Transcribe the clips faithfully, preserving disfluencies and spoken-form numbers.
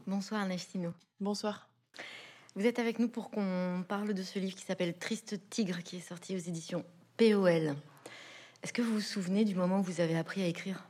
Bonsoir Ernestino. Bonsoir. Vous êtes avec nous pour qu'on parle de ce livre qui s'appelle Triste Tigre, qui est sorti aux éditions P O L. Est-ce que vous vous souvenez du moment où vous avez appris à écrire?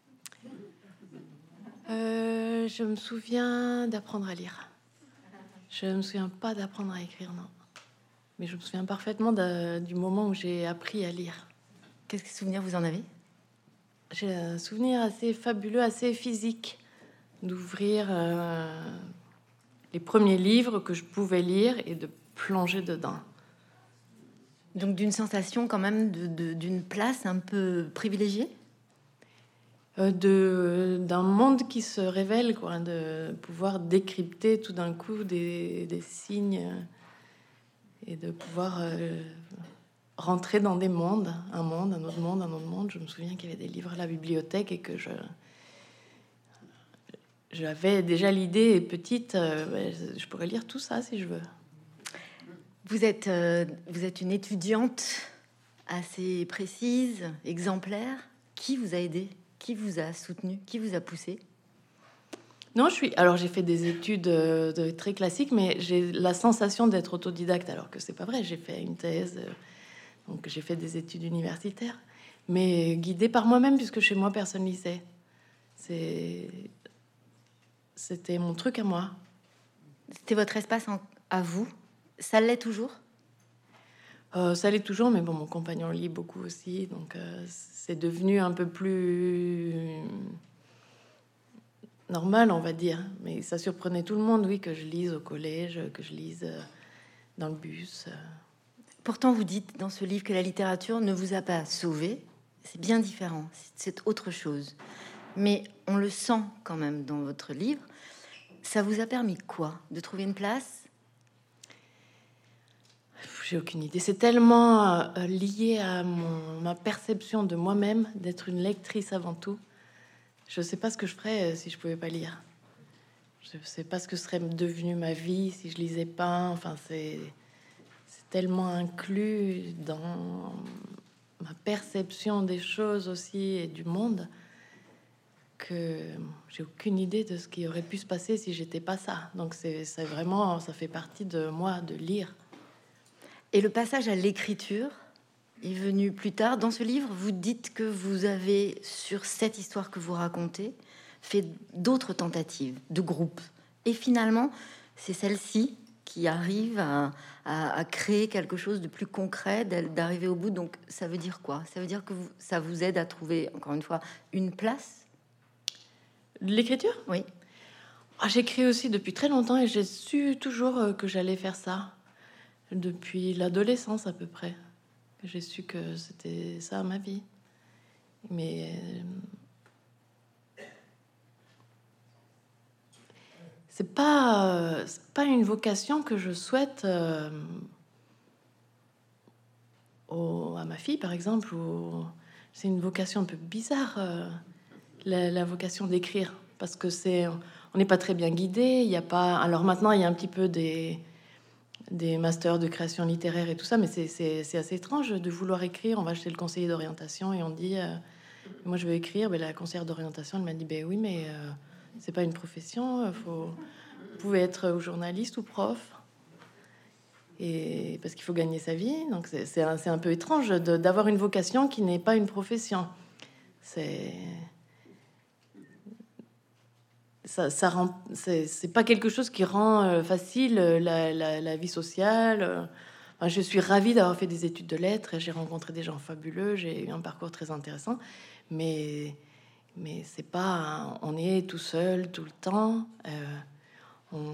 Euh, je me souviens d'apprendre à lire. Je ne me souviens pas d'apprendre à écrire, non. Mais je me souviens parfaitement de- du moment où j'ai appris à lire. Qu'est-ce que souvenir vous en avez? J'ai un souvenir assez fabuleux, assez physique, d'ouvrir euh, les premiers livres que je pouvais lire et de plonger dedans. Donc d'une sensation quand même de, de- d'une place un peu privilégiée? Euh, de, d'un monde qui se révèle, quoi, de pouvoir décrypter tout d'un coup des, des signes euh, et de pouvoir euh, rentrer dans des mondes, un monde, un autre monde, un autre monde. Je me souviens qu'il y avait des livres à la bibliothèque et que je j'avais déjà l'idée petite, euh, ben, je pourrais lire tout ça si je veux. Vous êtes, euh, vous êtes une étudiante assez précise, exemplaire. Qui vous a aidé? Qui vous a soutenu? Qui vous a poussé? Non, je suis. Alors j'ai fait des études euh, de, très classiques, mais j'ai la sensation d'être autodidacte, alors que c'est pas vrai. J'ai fait une thèse, euh, donc j'ai fait des études universitaires, mais guidée par moi-même, puisque chez moi personne lisait. C'est C'était mon truc à moi. C'était votre espace en- à vous? Ça l'est toujours? Euh, ça l'est toujours, mais bon, mon compagnon lit beaucoup aussi, donc euh, c'est devenu un peu plus normal, on va dire. Mais ça surprenait tout le monde, oui, que je lise au collège, que je lise euh, dans le bus. euh. Pourtant, vous dites dans ce livre que la littérature ne vous a pas sauvé. C'est bien différent, c'est autre chose. Mais on le sent quand même dans votre livre. Ça vous a permis quoi? De trouver une place? Pff, J'ai aucune idée. C'est tellement euh, lié à mon, ma perception de moi-même, d'être une lectrice avant tout. Je sais pas ce que je ferais euh, si je pouvais pas lire. Je sais pas ce que serait devenu ma vie si je lisais pas. Enfin, c'est c'est tellement inclus dans ma perception des choses aussi et du monde que j'ai aucune idée de ce qui aurait pu se passer si j'étais pas ça. Donc c'est c'est vraiment, ça fait partie de moi de lire. Et le passage à l'écriture est venu plus tard. Dans ce livre, vous dites que vous avez, sur cette histoire que vous racontez, fait d'autres tentatives de groupe. Et finalement, c'est celle-ci qui arrive à, à- à créer quelque chose de plus concret, d'a- d'arriver au bout. Donc, ça veut dire quoi? Ça veut dire que vous- ça vous aide à trouver, encore une fois, une place? L'écriture, Oui. ah, j'écris aussi depuis très longtemps et j'ai su toujours euh, que j'allais faire ça. Depuis l'adolescence à peu près. J'ai su que c'était ça ma vie. Mais euh, c'est pas, euh, c'est pas une vocation que je souhaite euh, au- à ma fille, par exemple. Ou... C'est une vocation un peu bizarre, euh, la, la vocation d'écrire, parce que c'est, on n'est pas très bien guidé. Il y a pas. Alors maintenant, il y a un petit peu des des masters de création littéraire et tout ça, mais c'est c'est- c'est assez étrange de vouloir écrire. On va chez le conseiller d'orientation et on dit, euh, moi je veux écrire. Ben, la conseillère d'orientation, elle m'a dit, ben oui, mais euh, c'est pas une profession. euh, Faut, vous pouvez être ou journaliste ou prof, et parce qu'il faut gagner sa vie. Donc c'est c'est un, c'est un peu étrange de- d'avoir une vocation qui n'est pas une profession. C'est ça, ça rend, c'est c'est pas quelque chose qui rend euh, facile euh, la, la- la vie sociale. euh. Enfin, je suis ravie d'avoir fait des études de lettres et j'ai rencontré des gens fabuleux. J'ai eu un parcours très intéressant, mais mais c'est pas, on est tout seul tout le temps. euh, on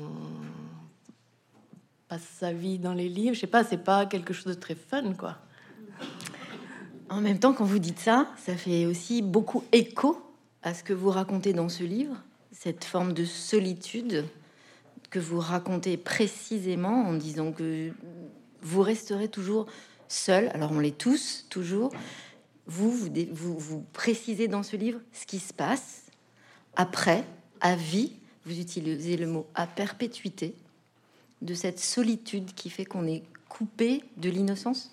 passe sa vie dans les livres. Je sais pas, c'est pas quelque chose de très fun, quoi. En même temps, quand vous dites ça, ça fait aussi beaucoup écho à ce que vous racontez dans ce livre, cette forme de solitude que vous racontez précisément en disant que vous resterez toujours seul. Alors on l'est tous, toujours. Vous, vous, dé- vous, vous précisez dans ce livre ce qui se passe après, à vie. Vous utilisez le mot à perpétuité, de cette solitude qui fait qu'on est coupé de l'innocence.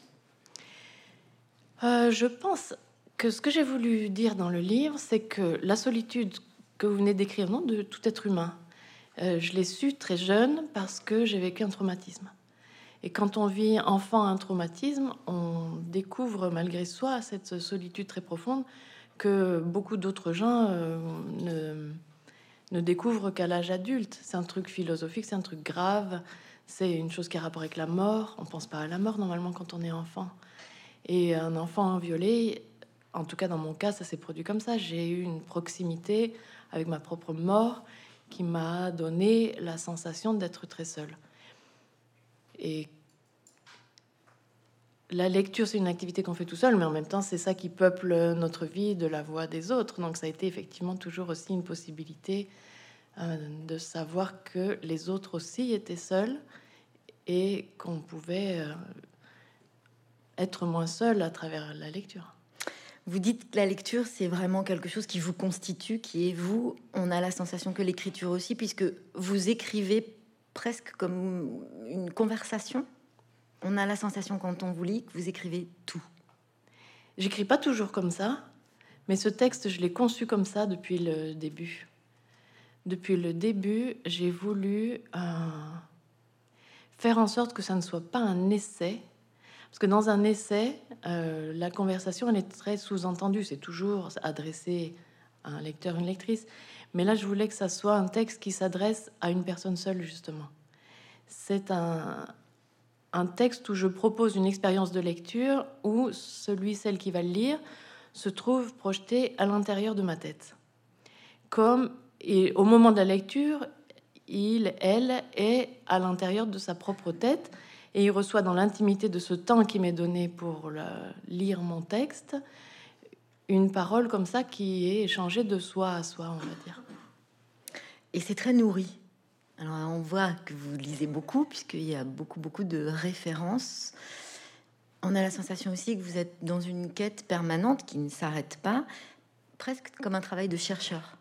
Euh, je pense que ce que j'ai voulu dire dans le livre, c'est que la solitude que vous venez d'écrire, non, de tout être humain, Euh, je l'ai su très jeune parce que j'ai vécu un traumatisme. Et quand on vit enfant un traumatisme, on découvre malgré soi cette solitude très profonde que beaucoup d'autres gens euh, ne, ne découvrent qu'à l'âge adulte. C'est un truc philosophique, c'est un truc grave, c'est une chose qui a rapport avec la mort. On pense pas à la mort normalement quand on est enfant. Et un enfant violé, en tout cas dans mon cas, ça s'est produit comme ça. J'ai eu une proximité avec ma propre mort qui m'a donné la sensation d'être très seule. Et la lecture, c'est une activité qu'on fait tout seul, mais en même temps, c'est ça qui peuple notre vie de la voix des autres. Donc ça a été effectivement toujours aussi une possibilité euh, de savoir que les autres aussi étaient seuls et qu'on pouvait euh, être moins seul à travers la lecture. Vous dites que la lecture, c'est vraiment quelque chose qui vous constitue, qui est vous. On a la sensation que l'écriture aussi, puisque vous écrivez presque comme une conversation. On a la sensation quand on vous lit que vous écrivez tout. J'écris pas toujours comme ça, mais ce texte, je l'ai conçu comme ça depuis le début. Depuis le début, j'ai voulu euh, faire en sorte que ça ne soit pas un essai. Parce que dans un essai, euh, la conversation, elle est très sous-entendue. C'est toujours adressé à un lecteur, une lectrice. Mais là, je voulais que ça soit un texte qui s'adresse à une personne seule, justement. C'est un, un texte où je propose une expérience de lecture où celui, celle qui va le lire, se trouve projeté à l'intérieur de ma tête. Comme, et au moment de la lecture, il, elle, est à l'intérieur de sa propre tête, et il reçoit dans l'intimité de ce temps qui m'est donné pour le, lire mon texte, une parole comme ça qui est échangée de soi à soi, on va dire. Et c'est très nourri. Alors on voit que vous lisez beaucoup, puisqu'il y a beaucoup, beaucoup de références. On a la sensation aussi que vous êtes dans une quête permanente qui ne s'arrête pas, presque comme un travail de chercheur.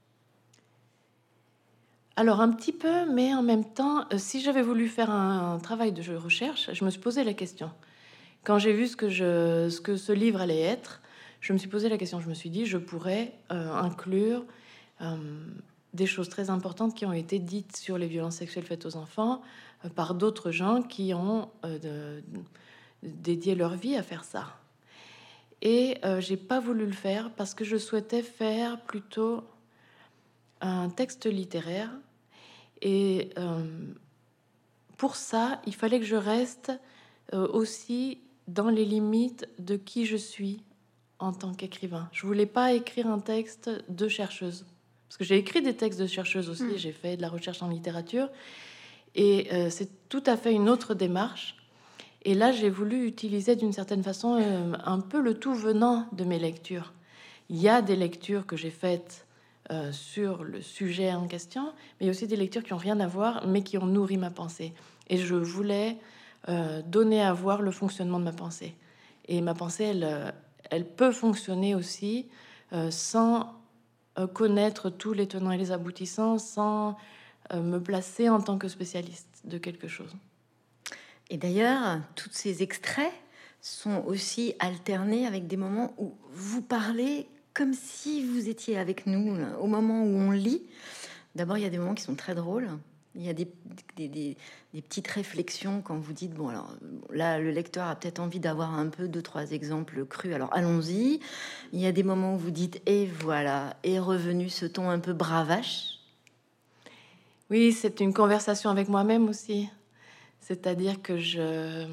Alors un petit peu, mais en même temps, euh, si j'avais voulu faire un, un travail de recherche, je me suis posé la question. Quand j'ai vu ce que, je, ce que ce livre allait être, je me suis posé la question. Je me suis dit, je pourrais euh, inclure euh, des choses très importantes qui ont été dites sur les violences sexuelles faites aux enfants euh, par d'autres gens qui ont euh, de, de, dédié leur vie à faire ça. Et euh, j'ai pas voulu le faire parce que je souhaitais faire plutôt un texte littéraire. Et euh, pour ça, il fallait que je reste euh, aussi dans les limites de qui je suis en tant qu'écrivain. Je voulais pas écrire un texte de chercheuse. Parce que j'ai écrit des textes de chercheuse aussi, mmh. J'ai fait de la recherche en littérature. Et euh, c'est tout à fait une autre démarche. Et là, j'ai voulu utiliser d'une certaine façon euh, un peu le tout venant de mes lectures. Il y a des lectures que j'ai faites euh, sur le sujet en question, mais il y a aussi des lectures qui n'ont rien à voir, mais qui ont nourri ma pensée. Et je voulais euh, donner à voir le fonctionnement de ma pensée. Et ma pensée, elle, elle peut fonctionner aussi euh, sans euh, connaître tous les tenants et les aboutissants, sans euh, me placer en tant que spécialiste de quelque chose. Et d'ailleurs, tous ces extraits sont aussi alternés avec des moments où vous parlez comme si vous étiez avec nous, là, au moment où on lit. D'abord, il y a des moments qui sont très drôles. Il y a des, des, des, des petites réflexions quand vous dites, bon, alors là, le lecteur a peut-être envie d'avoir un peu deux, trois exemples crus, alors allons-y. Il y a des moments où vous dites, et voilà, est revenu ce ton un peu bravache. Oui, c'est une conversation avec moi-même aussi. C'est-à-dire que je...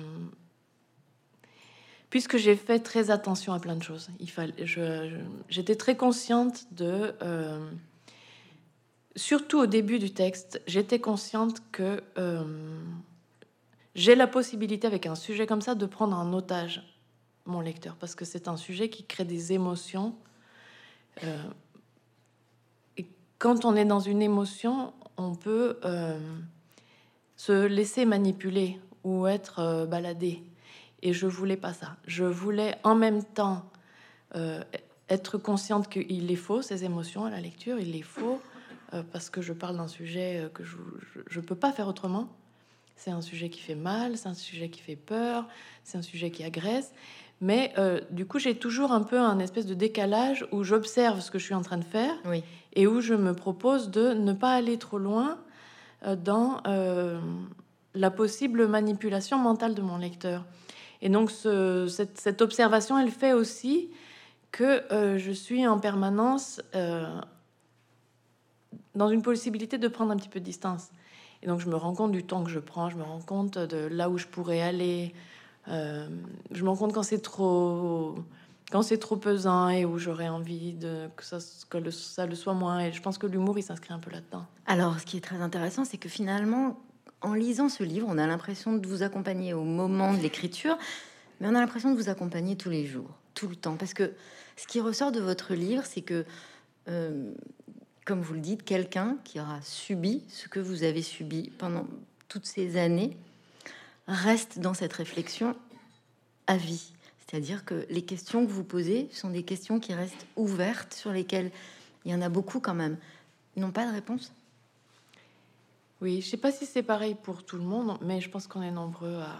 Puisque j'ai fait très attention à plein de choses, il fallait, je, je, j'étais très consciente de... Euh, surtout au début du texte, j'étais consciente que euh, j'ai la possibilité, avec un sujet comme ça, de prendre en otage mon lecteur, parce que c'est un sujet qui crée des émotions. Euh, et quand on est dans une émotion, on peut euh, se laisser manipuler ou être euh, baladé. Et je voulais pas ça. Je voulais en même temps euh, être consciente qu'il les faut, ces émotions à la lecture, il les faut, euh, parce que je parle d'un sujet que je ne peux pas faire autrement. C'est un sujet qui fait mal, c'est un sujet qui fait peur, c'est un sujet qui agresse. Mais euh, du coup, j'ai toujours un peu un espèce de décalage où j'observe ce que je suis en train de faire, oui. Et où je me propose de ne pas aller trop loin euh, dans euh, la possible manipulation mentale de mon lecteur. Et donc, ce, cette, cette observation, elle fait aussi que euh, je suis en permanence euh, dans une possibilité de prendre un petit peu de distance. Et donc, je me rends compte du temps que je prends, je me rends compte de là où je pourrais aller. Euh, je me rends compte quand c'est trop, quand c'est trop pesant et où j'aurais envie de, que, ça, que le, ça le soit moins. Et je pense que l'humour, il s'inscrit un peu là-dedans. Alors, ce qui est très intéressant, c'est que finalement, en lisant ce livre, on a l'impression de vous accompagner au moment de l'écriture, mais on a l'impression de vous accompagner tous les jours, tout le temps. Parce que ce qui ressort de votre livre, c'est que, euh, comme vous le dites, quelqu'un qui aura subi ce que vous avez subi pendant toutes ces années reste dans cette réflexion à vie. C'est-à-dire que les questions que vous posez sont des questions qui restent ouvertes, sur lesquelles il y en a beaucoup quand même, n'ont pas de réponse. Oui, je sais pas si c'est pareil pour tout le monde, mais je pense qu'on est nombreux à,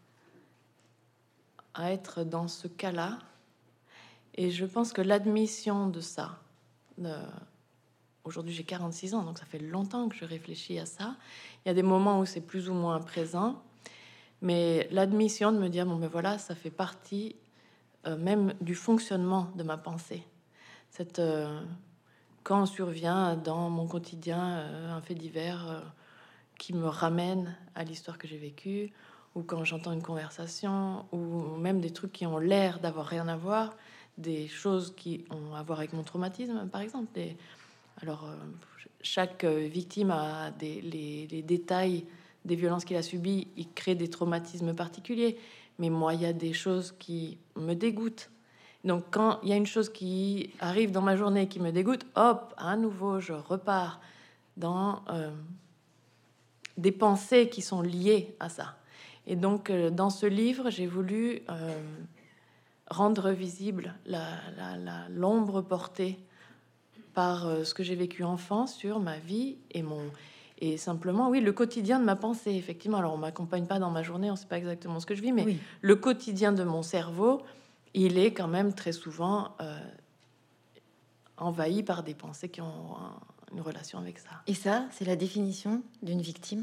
à être dans ce cas-là. Et je pense que l'admission de ça, de... aujourd'hui j'ai quarante-six ans, donc ça fait longtemps que je réfléchis à ça. Il y a des moments où c'est plus ou moins présent, mais l'admission de me dire, bon ben voilà, ça fait partie euh, même du fonctionnement de ma pensée. Cette, euh, quand survient dans mon quotidien euh, un fait divers euh, qui me ramène à l'histoire que j'ai vécue, ou quand j'entends une conversation, ou même des trucs qui ont l'air d'avoir rien à voir, des choses qui ont à voir avec mon traumatisme, par exemple. Et alors, euh, chaque victime a des, les, les détails des violences qu'il a subies, il crée des traumatismes particuliers. Mais moi, il y a des choses qui me dégoûtent. Donc, quand il y a une chose qui arrive dans ma journée qui me dégoûte, hop, à nouveau, je repars dans euh, des pensées qui sont liées à ça. Et donc, euh, dans ce livre, j'ai voulu euh, rendre visible la, la, la, l'ombre portée par euh, ce que j'ai vécu enfant sur ma vie et mon et simplement oui le quotidien de ma pensée, effectivement. Alors on m'accompagne pas dans ma journée, on sait pas exactement ce que je vis, mais Oui. le quotidien de mon cerveau, il est quand même très souvent euh, envahi par des pensées qui ont un, une relation avec ça. Et ça, c'est la définition d'une victime?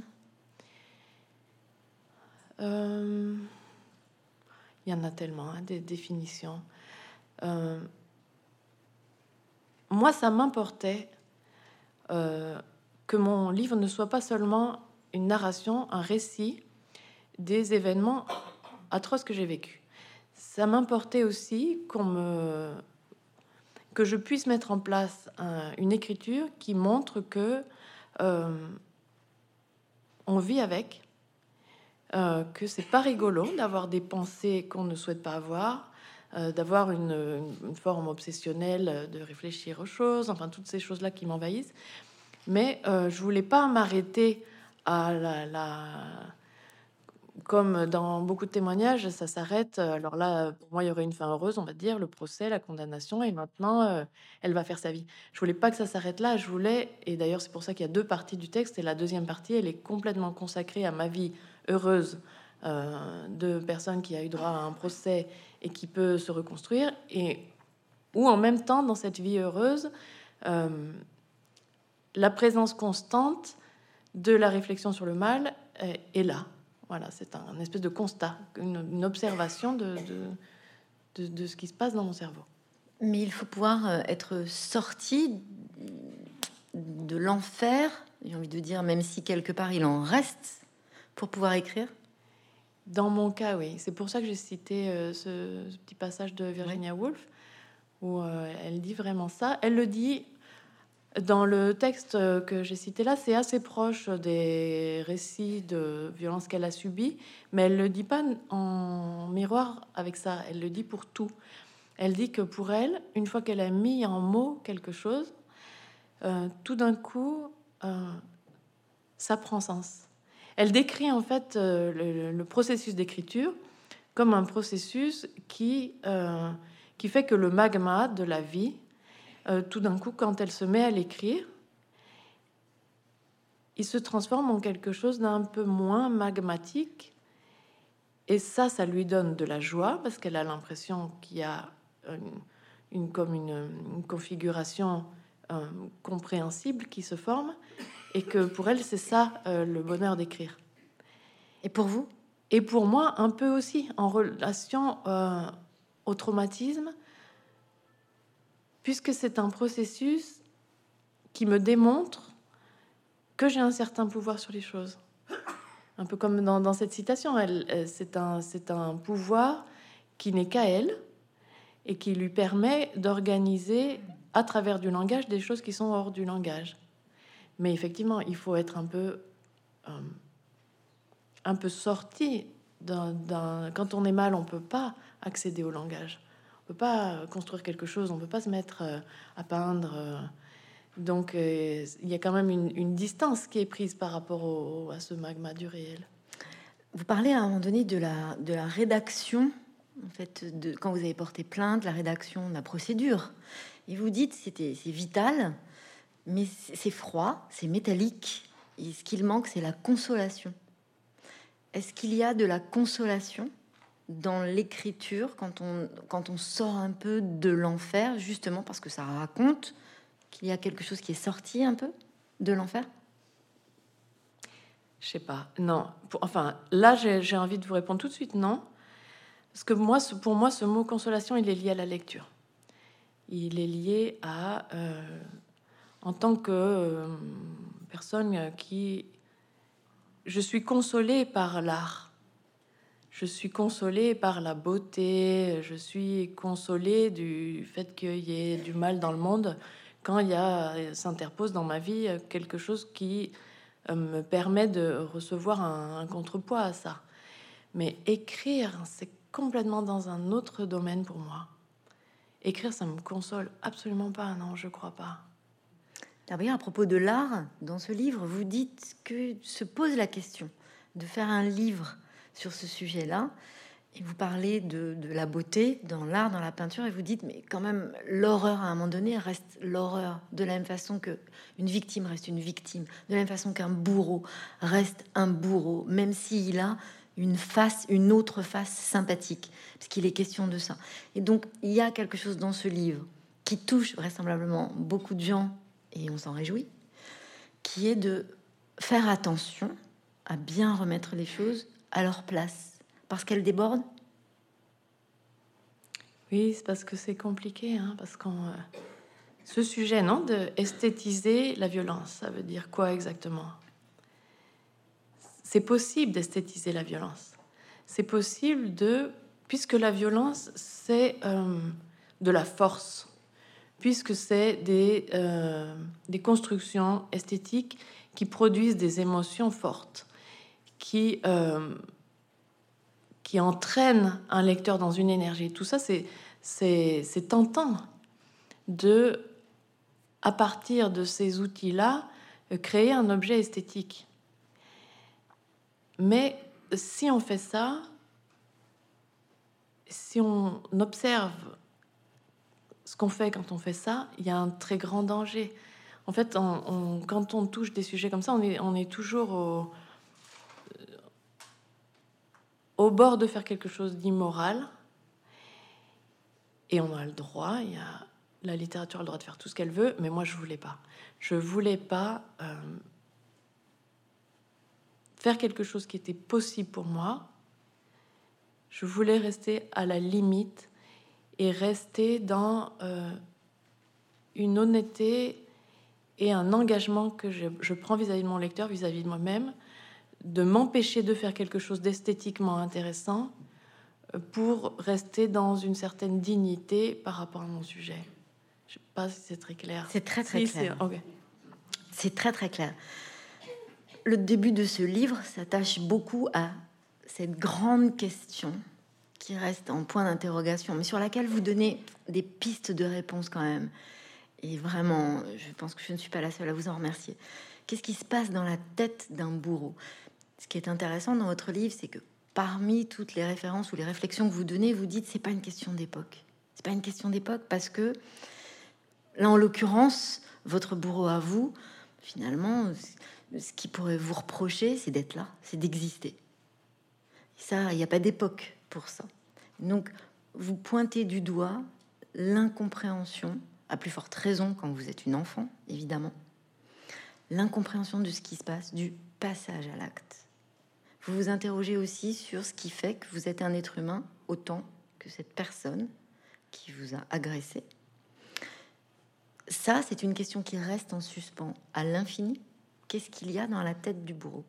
Euh, il y en a tellement, hein, des définitions. Euh, moi, ça m'importait euh, que mon livre ne soit pas seulement une narration, un récit des événements atroces que j'ai vécus. Ça m'importait aussi qu'on me... que je puisse mettre en place un, une écriture qui montre que euh, on vit avec, euh, que c'est pas rigolo d'avoir des pensées qu'on ne souhaite pas avoir, euh, d'avoir une, une forme obsessionnelle de réfléchir aux choses, enfin toutes ces choses-là qui m'envahissent. Mais euh, je voulais pas m'arrêter à la, la... Comme dans beaucoup de témoignages, ça s'arrête. Alors là, pour moi, il y aurait une fin heureuse, on va dire, le procès, la condamnation, et maintenant, euh, elle va faire sa vie. Je voulais pas que ça s'arrête là. Je voulais, et d'ailleurs, c'est pour ça qu'il y a deux parties du texte, et la deuxième partie, elle est complètement consacrée à ma vie heureuse euh, de personne qui a eu droit à un procès et qui peut se reconstruire, et où en même temps, dans cette vie heureuse, euh, la présence constante de la réflexion sur le mal euh, est là. Voilà, c'est un espèce de constat, une, une observation de, de, de, de ce qui se passe dans mon cerveau. Mais il faut pouvoir être sorti de l'enfer, j'ai envie de dire, même si quelque part il en reste, pour pouvoir écrire. Dans mon cas, oui. C'est pour ça que j'ai cité euh, ce, ce petit passage de Virginia Oui. Woolf, où euh, elle dit vraiment ça. Elle le dit dans le texte que j'ai cité là, c'est assez proche des récits de violences qu'elle a subies, mais elle le dit pas en miroir avec ça. Elle le dit pour tout. Elle dit que pour elle, une fois qu'elle a mis en mots quelque chose, euh, tout d'un coup, euh, ça prend sens. Elle décrit en fait euh, le, le processus d'écriture comme un processus qui, euh, qui fait que le magma de la vie, euh, tout d'un coup, quand elle se met à l'écrire, il se transforme en quelque chose d'un peu moins magmatique. Et ça, ça lui donne de la joie parce qu'elle a l'impression qu'il y a une, une comme une, une configuration euh, compréhensible qui se forme. et que pour elle, c'est ça euh, le bonheur d'écrire. Et pour vous? Et pour moi, un peu aussi, en relation euh, au traumatisme, puisque c'est un processus qui me démontre que j'ai un certain pouvoir sur les choses. Un peu comme dans, dans cette citation, elle, elle, c'est un, c'est un pouvoir qui n'est qu'à elle et qui lui permet d'organiser à travers du langage des choses qui sont hors du langage. Mais effectivement, il faut être un peu, euh, un peu sorti d'un, d'un... Quand on est mal, on peut pas accéder au langage. On peut pas construire quelque chose, on peut pas se mettre euh, à peindre. Euh, donc, euh, il y a quand même une, une distance qui est prise par rapport au, à ce magma du réel. Vous parlez à un moment donné de la, de la rédaction, en fait, de, quand vous avez porté plainte, la rédaction de la procédure. Et vous dites c'était c'est vital, mais c'est froid, c'est métallique. Et ce qu'il manque, c'est la consolation. Est-ce qu'il y a de la consolation dans l'écriture quand on, quand on sort un peu de l'enfer, justement parce que ça raconte qu'il y a quelque chose qui est sorti un peu de l'enfer? Je sais pas. Non. Pour, enfin, là, j'ai, j'ai envie de vous répondre tout de suite non. Parce que moi, ce, pour moi, ce mot consolation, il est lié à la lecture. Il est lié à... Euh, en tant que euh, personne qui... Je suis consolée par l'art. Je suis consolée par la beauté. Je suis consolée du fait qu'il y ait du mal dans le monde quand il y a, s'interpose dans ma vie quelque chose qui euh, me permet de recevoir un, un contrepoids à ça. Mais écrire, c'est complètement dans un autre domaine pour moi. Écrire, ça me console absolument pas, non, je crois pas. D'ailleurs, à propos de l'art, dans ce livre, vous dites que se pose la question de faire un livre sur ce sujet-là, et vous parlez de, de la beauté dans l'art, dans la peinture, et vous dites, mais quand même, l'horreur, à un moment donné, reste l'horreur, de la même façon que une victime reste une victime, de la même façon qu'un bourreau reste un bourreau, même s'il a une face, une autre face sympathique, parce qu'il est question de ça. Et donc, il y a quelque chose dans ce livre qui touche vraisemblablement beaucoup de gens, et on s'en réjouit, qui est de faire attention à bien remettre les choses à leur place, parce qu'elles débordent. Oui, c'est parce que c'est compliqué, hein, parce qu'on... Euh, ce sujet, non, de esthétiser la violence, ça veut dire quoi exactement? C'est possible d'esthétiser la violence. C'est possible de... Puisque la violence, c'est euh, de la force, puisque c'est des, euh, des constructions esthétiques qui produisent des émotions fortes, qui, euh, qui entraînent un lecteur dans une énergie. Tout ça, c'est, c'est, c'est tentant de, à partir de ces outils-là, créer un objet esthétique. Mais si on fait ça, si on observe ce qu'on fait quand on fait ça, il y a un très grand danger. En fait, on, on, quand on touche des sujets comme ça, on est, on est toujours au, au bord de faire quelque chose d'immoral. Et on a le droit, il y a, la littérature a le droit de faire tout ce qu'elle veut, mais moi, je voulais pas. Je voulais pas euh, faire quelque chose qui était possible pour moi. Je voulais rester à la limite et rester dans euh, une honnêteté et un engagement que je, je prends vis-à-vis de mon lecteur, vis-à-vis de moi-même, de m'empêcher de faire quelque chose d'esthétiquement intéressant pour rester dans une certaine dignité par rapport à mon sujet. Je sais pas si c'est très clair. C'est très très si, clair. C'est... Okay. C'est très très clair. Le début de ce livre s'attache beaucoup à cette grande question qui reste en point d'interrogation, mais sur laquelle vous donnez des pistes de réponse quand même. Et vraiment, je pense que je ne suis pas la seule à vous en remercier. Qu'est-ce qui se passe dans la tête d'un bourreau? Ce qui est intéressant dans votre livre, c'est que parmi toutes les références ou les réflexions que vous donnez, vous dites c'est pas une question d'époque. C'est pas une question d'époque parce que là, en l'occurrence, votre bourreau à vous, finalement, ce qui pourrait vous reprocher, c'est d'être là, c'est d'exister. Et ça, il n'y a pas d'époque pour ça. Donc, vous pointez du doigt l'incompréhension, à plus forte raison quand vous êtes une enfant, évidemment, l'incompréhension de ce qui se passe, du passage à l'acte. Vous vous interrogez aussi sur ce qui fait que vous êtes un être humain autant que cette personne qui vous a agressé. Ça, c'est une question qui reste en suspens à l'infini. Qu'est-ce qu'il y a dans la tête du bourreau?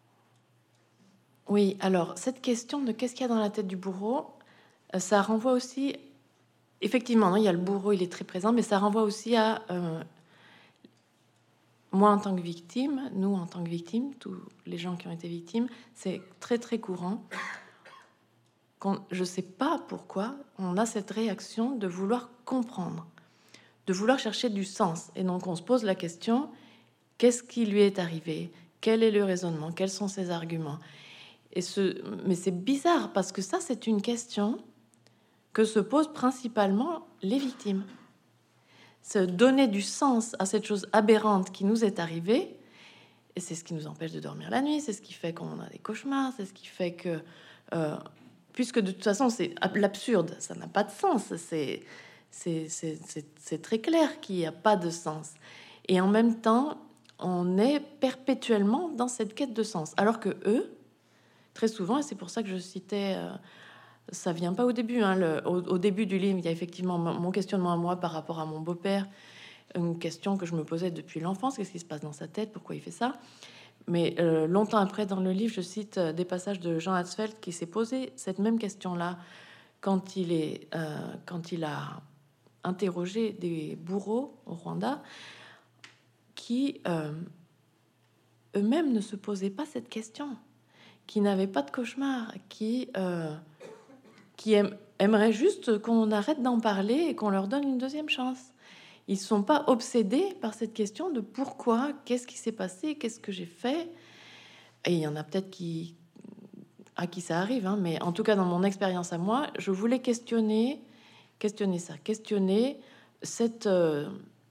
Oui, alors cette question de qu'est-ce qu'il y a dans la tête du bourreau, euh, ça renvoie aussi, effectivement, non, il y a le bourreau, il est très présent, mais ça renvoie aussi à euh, moi en tant que victime, nous en tant que victimes, tous les gens qui ont été victimes, c'est très très courant. Quand, je ne sais pas pourquoi on a cette réaction de vouloir comprendre, de vouloir chercher du sens. Et donc on se pose la question, qu'est-ce qui lui est arrivé? Quel est le raisonnement? Quels sont ses arguments? Et ce, mais c'est bizarre parce que ça, c'est une question que se posent principalement les victimes. Se donner du sens à cette chose aberrante qui nous est arrivée, et c'est ce qui nous empêche de dormir la nuit, c'est ce qui fait qu'on a des cauchemars, c'est ce qui fait que, euh, puisque de toute façon, c'est l'absurde, ça n'a pas de sens, c'est, c'est, c'est, c'est, c'est très clair qu'il n'y a pas de sens. Et en même temps, on est perpétuellement dans cette quête de sens, alors que eux, très souvent, et c'est pour ça que je citais, euh, ça vient pas au début, hein, le, au, au début du livre, il y a effectivement mon questionnement à moi par rapport à mon beau-père, une question que je me posais depuis l'enfance, qu'est-ce qui se passe dans sa tête, pourquoi il fait ça. Mais euh, longtemps après, dans le livre, je cite euh, des passages de Jean Hatzfeld qui s'est posé cette même question-là quand il, est, euh, quand il a interrogé des bourreaux au Rwanda qui euh, eux-mêmes ne se posaient pas cette question, qui n'avaient pas de cauchemar, qui, euh, qui aiment, aimeraient juste qu'on arrête d'en parler et qu'on leur donne une deuxième chance. Ils ne sont pas obsédés par cette question de pourquoi, qu'est-ce qui s'est passé, qu'est-ce que j'ai fait. Et il y en a peut-être qui, à qui ça arrive, hein, mais en tout cas, dans mon expérience à moi, je voulais questionner, questionner ça, questionner cette, euh,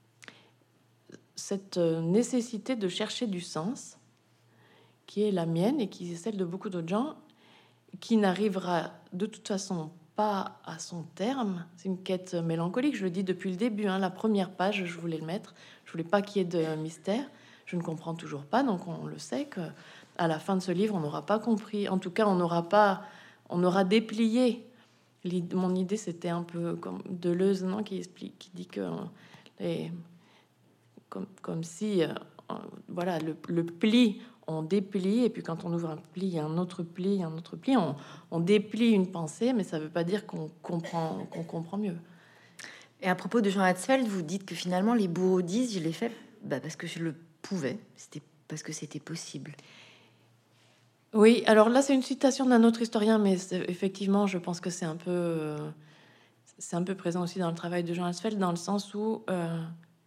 cette nécessité de chercher du sens, qui est la mienne et qui est celle de beaucoup d'autres gens, qui n'arrivera de toute façon pas à son terme. C'est une quête mélancolique, je le dis depuis le début, hein, la première page, je voulais le mettre, je voulais pas qu'il y ait de mystère, je ne comprends toujours pas, donc on le sait que à la fin de ce livre, on n'aura pas compris, en tout cas, on n'aura pas, on aura déplié. Mon idée, c'était un peu comme Deleuze, non, qui explique, qui dit que les, comme, comme si, euh, voilà, le, le pli, on déplie, et puis quand on ouvre un pli, il y a un autre pli, un autre pli, on, on déplie une pensée, mais ça ne veut pas dire qu'on comprend, qu'on comprend mieux. Et à propos de Jean Hatzfeld, vous dites que finalement, les bourreaux disent, je l'ai fait bah, parce que je le pouvais, c'était parce que c'était possible. Oui, alors là, c'est une citation d'un autre historien, mais effectivement, je pense que c'est un peu, euh, c'est un peu présent aussi dans le travail de Jean Hatzfeld, dans le sens où euh,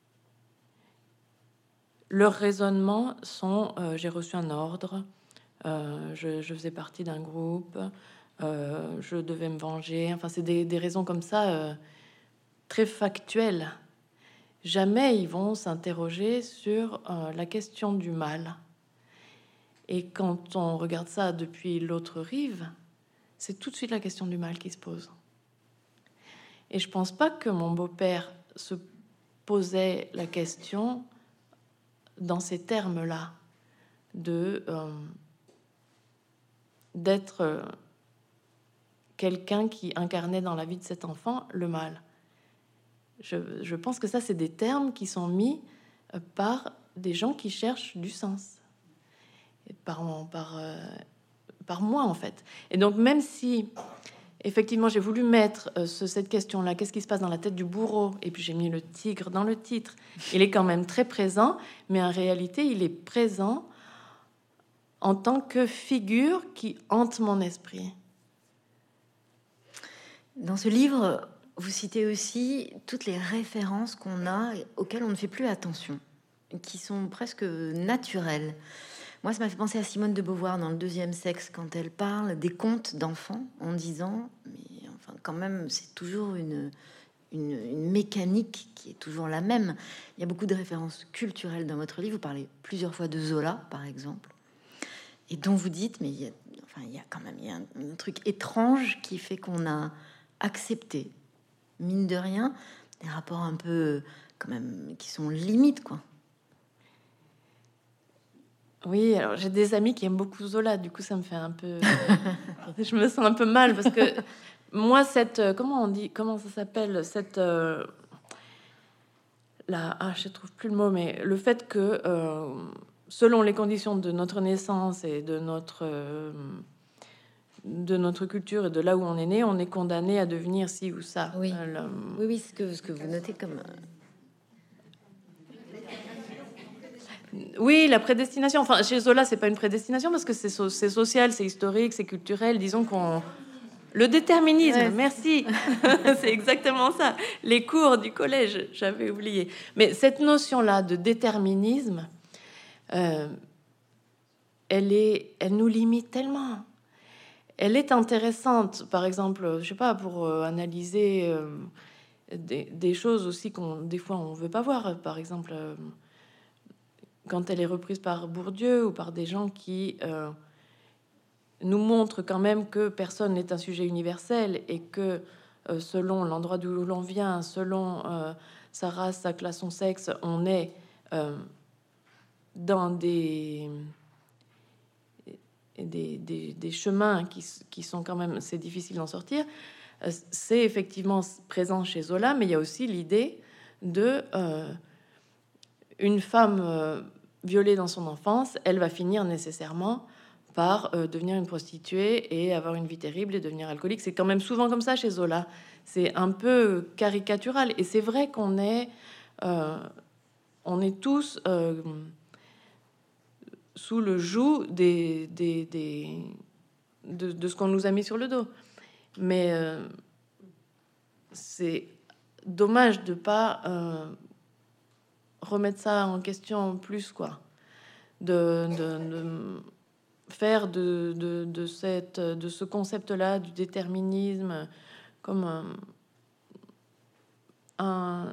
leurs raisonnements sont euh, j'ai reçu un ordre, euh, je, je faisais partie d'un groupe, euh, je devais me venger. Enfin, c'est des, des raisons comme ça, euh, très factuelles. Jamais ils vont s'interroger sur euh, la question du mal. Et quand on regarde ça depuis l'autre rive, c'est tout de suite la question du mal qui se pose. Et je pense pas que mon beau-père se posait la question dans ces termes-là, de euh, d'être euh, quelqu'un qui incarnait dans la vie de cet enfant le mal. Je, je pense que ça, c'est des termes qui sont mis euh, par des gens qui cherchent du sens. Et par, par, euh, par moi, en fait. Et donc, même si, effectivement, j'ai voulu mettre euh, ce, cette question-là, qu'est-ce qui se passe dans la tête du bourreau? Et puis, j'ai mis le tigre dans le titre. Il est quand même très présent, mais en réalité, il est présent en tant que figure qui hante mon esprit. Dans ce livre, vous citez aussi toutes les références qu'on a, auxquelles on ne fait plus attention, qui sont presque naturelles. Moi, ça m'a fait penser à Simone de Beauvoir dans Le Deuxième Sexe, quand elle parle des contes d'enfants, en disant, mais enfin, quand même, c'est toujours une, une, une mécanique qui est toujours la même. Il y a beaucoup de références culturelles dans votre livre. Vous parlez plusieurs fois de Zola, par exemple, et dont vous dites, mais il y a, enfin, il y a quand même il y a un, un truc étrange qui fait qu'on a accepté, mine de rien, des rapports un peu, quand même, qui sont limites, quoi. Oui, alors j'ai des amis qui aiment beaucoup Zola, du coup ça me fait un peu... je me sens un peu mal parce que moi, cette... Comment on dit? Comment ça s'appelle? Cette... Euh, la, ah, je trouve plus le mot, mais le fait que euh, selon les conditions de notre naissance et de notre... Euh, de notre culture et de là où on est né, on est condamné à devenir ci ou ça. Oui, euh, le... oui, oui, ce que, ce que vous notez comme... Oui, la prédestination. Enfin, chez Zola, c'est pas une prédestination parce que c'est so c'est social, c'est historique, c'est culturel. Disons qu'on... Le déterminisme, ouais. Merci. C'est exactement ça. Les cours du collège, j'avais oublié. Mais cette notion-là de déterminisme, euh, elle, est, elle nous limite tellement. Elle est intéressante, par exemple, je sais pas, pour euh, analyser euh, des, des choses aussi qu'on, des fois, on veut pas voir. Par exemple... Euh, quand elle est reprise par Bourdieu ou par des gens qui euh, nous montrent quand même que personne n'est un sujet universel et que euh, selon l'endroit d'où l'on vient, selon euh, sa race, sa classe, son sexe, on est euh, dans des, des, des, des chemins qui, qui sont quand même... C'est difficile d'en sortir. Euh, c'est effectivement présent chez Zola, mais il y a aussi l'idée de... Euh, une femme euh, violée dans son enfance, elle va finir nécessairement par euh, devenir une prostituée et avoir une vie terrible et devenir alcoolique. C'est quand même souvent comme ça chez Zola. C'est un peu caricatural. Et c'est vrai qu'on est, euh, on est tous euh, sous le joug des, des, des, de, de ce qu'on nous a mis sur le dos. Mais euh, c'est dommage de pas... Euh, remettre ça en question plus, quoi. De, de, de faire de, de, de, cette, de ce concept-là du déterminisme comme un, un,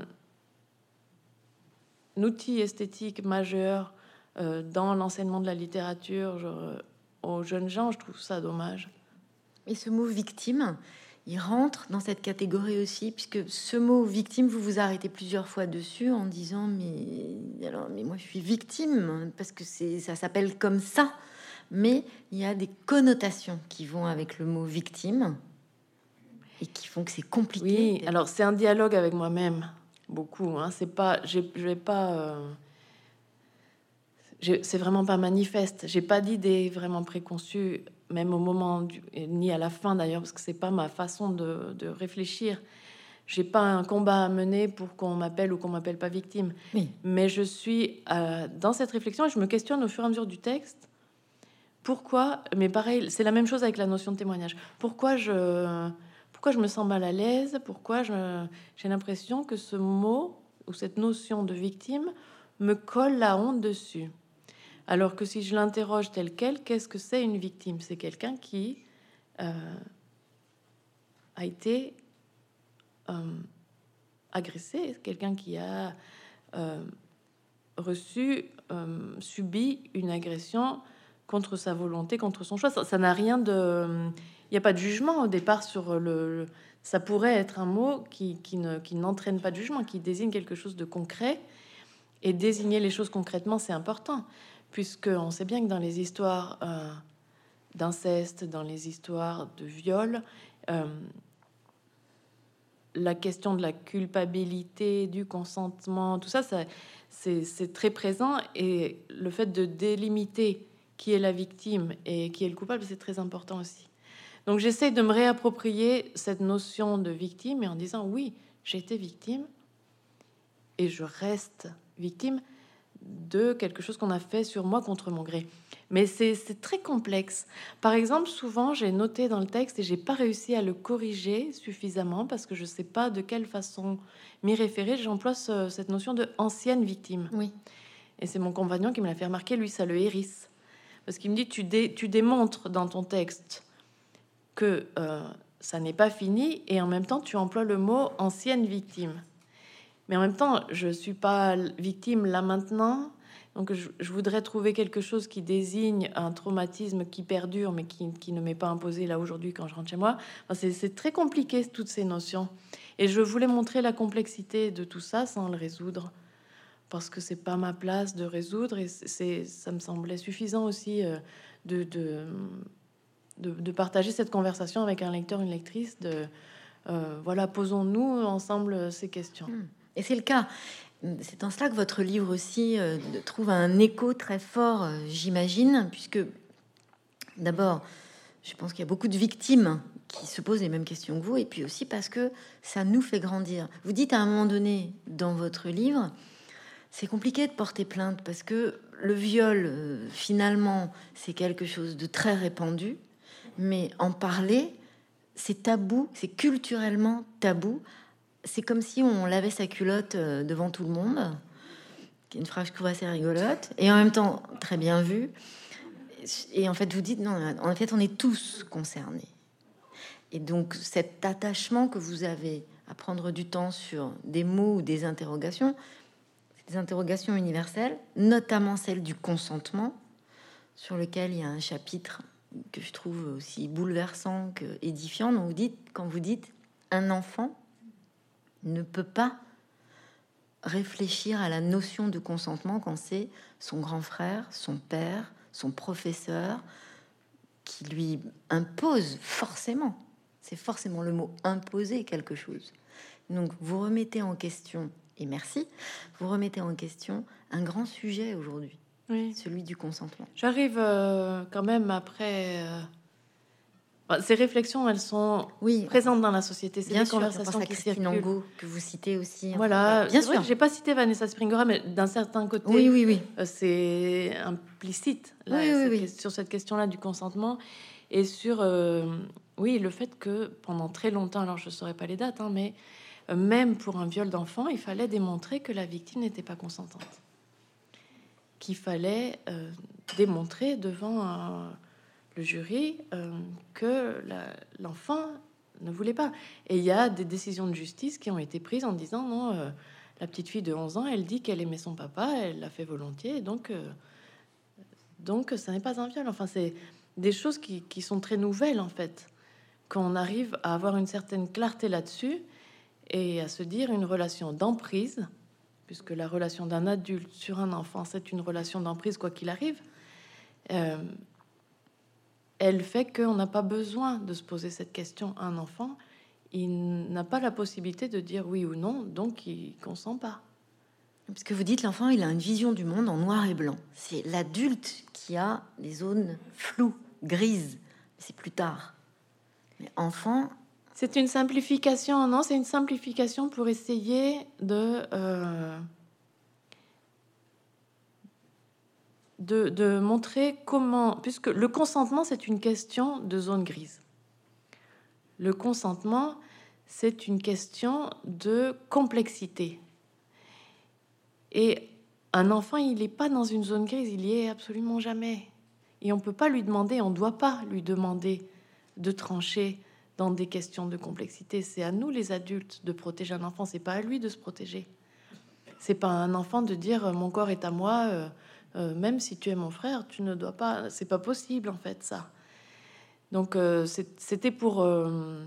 un outil esthétique majeur euh, dans l'enseignement de la littérature genre, aux jeunes gens. Je trouve ça dommage. Et ce mot victime, il rentre dans cette catégorie aussi, puisque ce mot victime, vous vous arrêtez plusieurs fois dessus en disant mais alors mais moi je suis victime parce que c'est ça s'appelle comme ça, mais il y a des connotations qui vont avec le mot victime et qui font que c'est compliqué. Oui, alors c'est un dialogue avec moi-même beaucoup. Hein, c'est pas, je vais pas, euh, c'est vraiment pas manifeste. J'ai pas d'idée vraiment préconçue. Même au moment du, ni à la fin d'ailleurs, parce que c'est pas ma façon de, de réfléchir. J'ai pas un combat à mener pour qu'on m'appelle ou qu'on m'appelle pas victime. Oui. Mais je suis euh, dans cette réflexion et je me questionne au fur et à mesure du texte. Pourquoi? Mais pareil, c'est la même chose avec la notion de témoignage. Pourquoi je, pourquoi je me sens mal à l'aise? Pourquoi je, j'ai l'impression que ce mot ou cette notion de victime me colle la honte dessus? Alors que si je l'interroge tel quel, qu'est-ce que c'est une victime? C'est quelqu'un qui euh, a été euh, agressé, quelqu'un qui a euh, reçu, euh, subi une agression contre sa volonté, contre son choix. Ça n'a rien de... Il n'y a pas de jugement au départ sur le... le ça pourrait être un mot qui, qui, ne, qui n'entraîne pas de jugement, qui désigne quelque chose de concret. Et désigner les choses concrètement, c'est important. Puisque on sait bien que dans les histoires euh, d'inceste, dans les histoires de viol, euh, la question de la culpabilité, du consentement, tout ça, ça c'est, c'est très présent. Et le fait de délimiter qui est la victime et qui est le coupable, c'est très important aussi. Donc j'essaie de me réapproprier cette notion de victime et en disant oui, j'ai été victime et je reste victime de quelque chose qu'on a fait sur moi contre mon gré. Mais c'est, c'est très complexe. Par exemple, souvent, j'ai noté dans le texte et j'ai pas réussi à le corriger suffisamment parce que je sais pas de quelle façon m'y référer. J'emploie ce, cette notion de ancienne victime. Oui. Et c'est mon compagnon qui me l'a fait remarquer. Lui, ça le hérisse. Parce qu'il me dit, tu, dé, tu démontres dans ton texte que euh, ça n'est pas fini et en même temps, tu emploies le mot ancienne victime. Mais en même temps, je suis pas victime là maintenant, donc je, je voudrais trouver quelque chose qui désigne un traumatisme qui perdure, mais qui, qui ne m'est pas imposé là aujourd'hui quand je rentre chez moi. Enfin, c'est, c'est très compliqué toutes ces notions, et je voulais montrer la complexité de tout ça sans le résoudre, parce que c'est pas ma place de résoudre, et c'est, ça me semblait suffisant aussi euh, de, de, de, de partager cette conversation avec un lecteur, une lectrice, de euh, voilà, posons-nous ensemble ces questions. Et c'est le cas. C'est en cela que votre livre aussi euh, trouve un écho très fort, euh, j'imagine, puisque d'abord, je pense qu'il y a beaucoup de victimes qui se posent les mêmes questions que vous, et puis aussi parce que ça nous fait grandir. Vous dites à un moment donné dans votre livre, c'est compliqué de porter plainte parce que le viol, euh, finalement, c'est quelque chose de très répandu, mais en parler, c'est tabou, c'est culturellement tabou. C'est comme si on lavait sa culotte euh, devant tout le monde, qui est une phrase que je trouve assez rigolote, et en même temps très bien vue. Et en fait, vous dites, non, en fait, on est tous concernés. Et donc, cet attachement que vous avez à prendre du temps sur des mots ou des interrogations, des interrogations universelles, notamment celle du consentement, sur lequel il y a un chapitre que je trouve aussi bouleversant que édifiant. Donc, vous dites, quand vous dites, un enfant ne peut pas réfléchir à la notion de consentement quand c'est son grand frère, son père, son professeur qui lui impose forcément, c'est forcément le mot imposer quelque chose. Donc vous remettez en question, et merci, vous remettez en question un grand sujet aujourd'hui, oui. Celui du consentement. J'arrive euh, quand même après... Euh... Ces réflexions, elles sont oui, présentes dans la société. C'est bien des sûr, conversations qui Christine circulent. Angot, que vous citez aussi. Voilà, bien sûr. J'ai pas cité Vanessa Springora, mais d'un certain côté, oui, oui, oui. Euh, c'est implicite là, oui, cette oui, oui. sur cette question-là du consentement et sur euh, oui le fait que pendant très longtemps, alors je saurais pas les dates, hein, mais euh, même pour un viol d'enfant, il fallait démontrer que la victime n'était pas consentante, qu'il fallait euh, démontrer devant un le jury euh, que l'enfant ne voulait pas. Et il y a des décisions de justice qui ont été prises en disant non, euh, la petite fille de onze ans, elle dit qu'elle aimait son papa, elle l'a fait volontiers, donc euh, donc ça n'est pas un viol. Enfin, c'est des choses qui, qui sont très nouvelles en fait, qu'on arrive à avoir une certaine clarté là-dessus et à se dire une relation d'emprise, puisque la relation d'un adulte sur un enfant, c'est une relation d'emprise quoi qu'il arrive. Euh, Elle fait qu'on n'a pas besoin de se poser cette question à un enfant. Il n'a pas la possibilité de dire oui ou non, donc il consent pas. Parce que vous dites, l'enfant, il a une vision du monde en noir et blanc. C'est l'adulte qui a des zones floues, grises. C'est plus tard. Mais enfant... C'est une simplification, non? C'est une simplification pour essayer de... Euh... De, de montrer comment, puisque le consentement, c'est une question de zone grise. Le consentement, c'est une question de complexité. Et un enfant, il n'est pas dans une zone grise, il y est absolument jamais. Et on peut pas lui demander, on doit pas lui demander de trancher dans des questions de complexité. C'est à nous, les adultes, de protéger un enfant. C'est pas à lui de se protéger. C'est pas à un enfant de dire mon corps est à moi. Euh, Euh, même si tu es mon frère, tu ne dois pas. C'est pas possible en fait ça. Donc euh, c'était pour. Euh,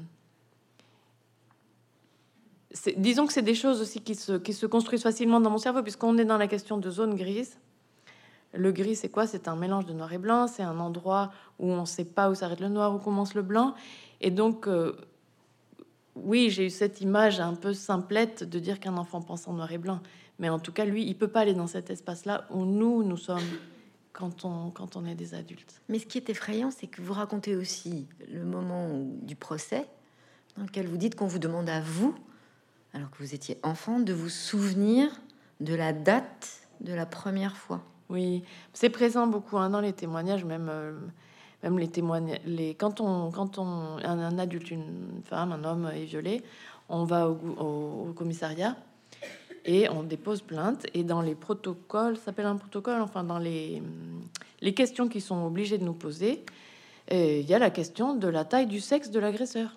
disons que c'est des choses aussi qui se qui se construisent facilement dans mon cerveau puisqu'on est dans la question de zone grise. Le gris, c'est quoi? C'est un mélange de noir et blanc. C'est un endroit où on ne sait pas où s'arrête le noir, où commence le blanc. Et donc euh, oui, j'ai eu cette image un peu simplette de dire qu'un enfant pense en noir et blanc. Mais en tout cas, lui, il peut pas aller dans cet espace-là où nous, nous sommes quand on, quand on est des adultes. Mais ce qui est effrayant, c'est que vous racontez aussi le moment du procès dans lequel vous dites qu'on vous demande à vous, alors que vous étiez enfant, de vous souvenir de la date de la première fois. Oui, c'est présent beaucoup hein, dans les témoignages, même, euh, même les témoignages. Les, quand on, quand on, un, un adulte, une femme, un homme est violé, on va au, au, au commissariat. Et on dépose plainte. Et dans les protocoles, ça s'appelle un protocole, enfin dans les, les questions qui sont obligés de nous poser, il y a la question de la taille du sexe de l'agresseur.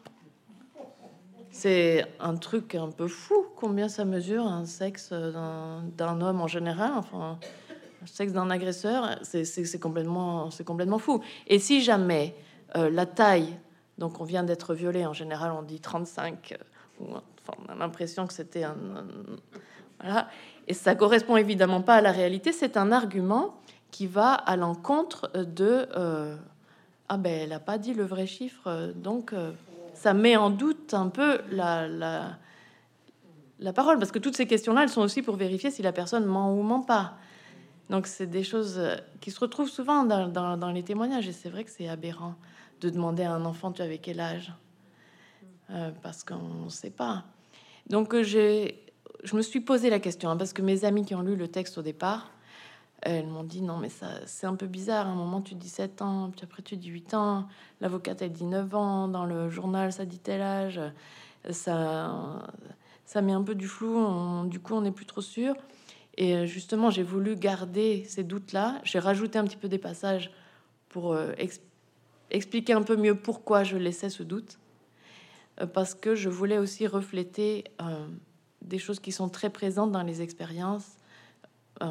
C'est un truc un peu fou, combien ça mesure un sexe d'un, d'un homme en général, enfin le sexe d'un agresseur, c'est, c'est, c'est complètement, c'est complètement fou. Et si jamais euh, la taille, donc on vient d'être violé, en général on dit trente-cinq, ou, enfin, on a l'impression que c'était un... un Voilà. Et ça correspond évidemment pas à la réalité. C'est un argument qui va à l'encontre de euh, ah ben elle a pas dit le vrai chiffre, donc euh, ça met en doute un peu la, la la parole, parce que toutes ces questions-là, elles sont aussi pour vérifier si la personne ment ou ment pas. Donc c'est des choses qui se retrouvent souvent dans, dans, dans les témoignages, et c'est vrai que c'est aberrant de demander à un enfant tu avais quel âge, euh, parce qu'on ne sait pas. Donc euh, j'ai je me suis posé la question, hein, parce que mes amis qui ont lu le texte au départ, elles m'ont dit non mais ça c'est un peu bizarre, à un moment tu dis sept ans, puis après tu dis huit ans, l'avocate elle dit neuf ans, dans le journal ça dit tel âge, ça ça met un peu du flou, on, du coup on n'est plus trop sûr. Et justement j'ai voulu garder ces doutes là, j'ai rajouté un petit peu des passages pour euh, ex- expliquer un peu mieux pourquoi je laissais ce doute, euh, parce que je voulais aussi refléter euh, des choses qui sont très présentes dans les expériences. Euh,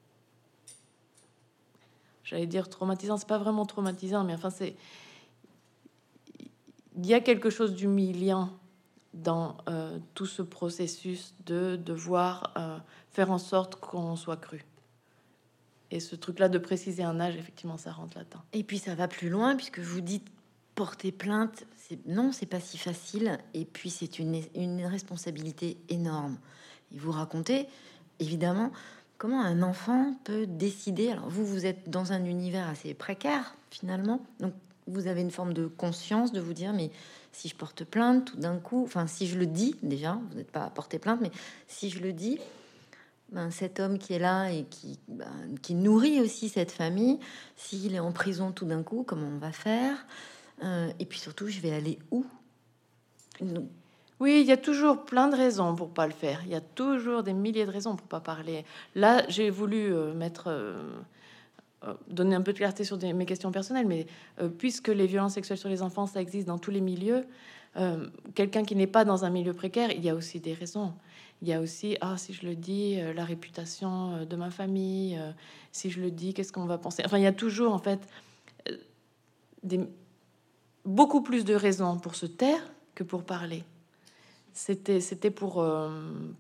j'allais dire traumatisant, c'est pas vraiment traumatisant, mais enfin c'est, il y a quelque chose d'humiliant dans euh, tout ce processus de devoir euh, faire en sorte qu'on soit cru. Et ce truc-là de préciser un âge, effectivement, ça rentre là-dedans. Et puis ça va plus loin puisque vous dites porter plainte, c'est non, c'est pas si facile. Et puis c'est une, une responsabilité énorme. Et vous racontez évidemment comment un enfant peut décider. Alors vous, vous êtes dans un univers assez précaire finalement, donc vous avez une forme de conscience de vous dire mais si je porte plainte, tout d'un coup, enfin si je le dis déjà, vous n'êtes pas à porter plainte, mais si je le dis. Ben, cet homme qui est là et qui, ben, qui nourrit aussi cette famille, s'il est en prison tout d'un coup, comment on va faire? Euh, et puis surtout, je vais aller où? Donc, Oui, il y a toujours plein de raisons pour pas le faire. Il y a toujours des milliers de raisons pour pas parler. Là, j'ai voulu euh, mettre, euh, euh, donner un peu de clarté sur des, mes questions personnelles, mais euh, puisque les violences sexuelles sur les enfants, ça existe dans tous les milieux, euh, quelqu'un qui n'est pas dans un milieu précaire, il y a aussi des raisons. Il y a aussi, ah, si je le dis, euh, la réputation euh, de ma famille, euh, si je le dis, qu'est-ce qu'on va penser? Enfin, il y a toujours, en fait, euh, des, beaucoup plus de raisons pour se taire que pour parler. C'était, c'était pour, euh,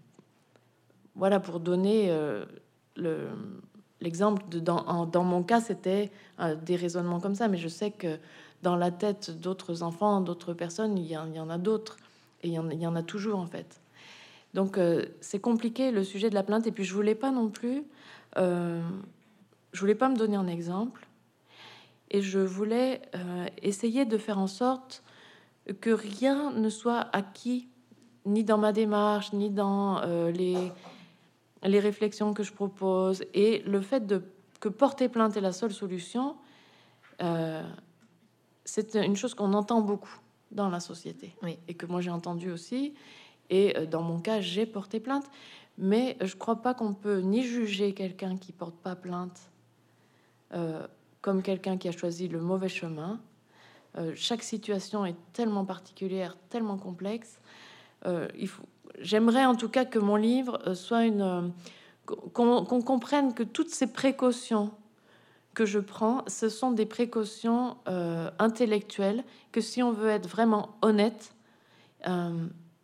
voilà, pour donner euh, le, l'exemple de, dans, en- dans mon cas, c'était euh, des raisonnements comme ça, mais je sais que dans la tête d'autres enfants, d'autres personnes, il y, en- il y en a d'autres, et il y en, il y en a toujours en fait. Donc euh, c'est compliqué le sujet de la plainte, et puis je voulais pas non plus, euh, je voulais pas me donner un exemple, et je voulais euh, essayer de faire en sorte que rien ne soit acquis, ni dans ma démarche, ni dans euh, les, les réflexions que je propose. Et le fait de, que porter plainte est la seule solution, euh, c'est une chose qu'on entend beaucoup dans la société. oui. Et que moi j'ai entendu aussi. Et euh, dans mon cas, j'ai porté plainte. Mais je crois pas qu'on peut ni juger quelqu'un qui porte pas plainte euh, comme quelqu'un qui a choisi le mauvais chemin. Euh, chaque situation est tellement particulière, tellement complexe. Euh, il faut, j'aimerais en tout cas que mon livre euh, soit une, euh, qu'on, qu'on comprenne que toutes ces précautions que je prends, ce sont des précautions euh, intellectuelles. Que si on veut être vraiment honnête, euh,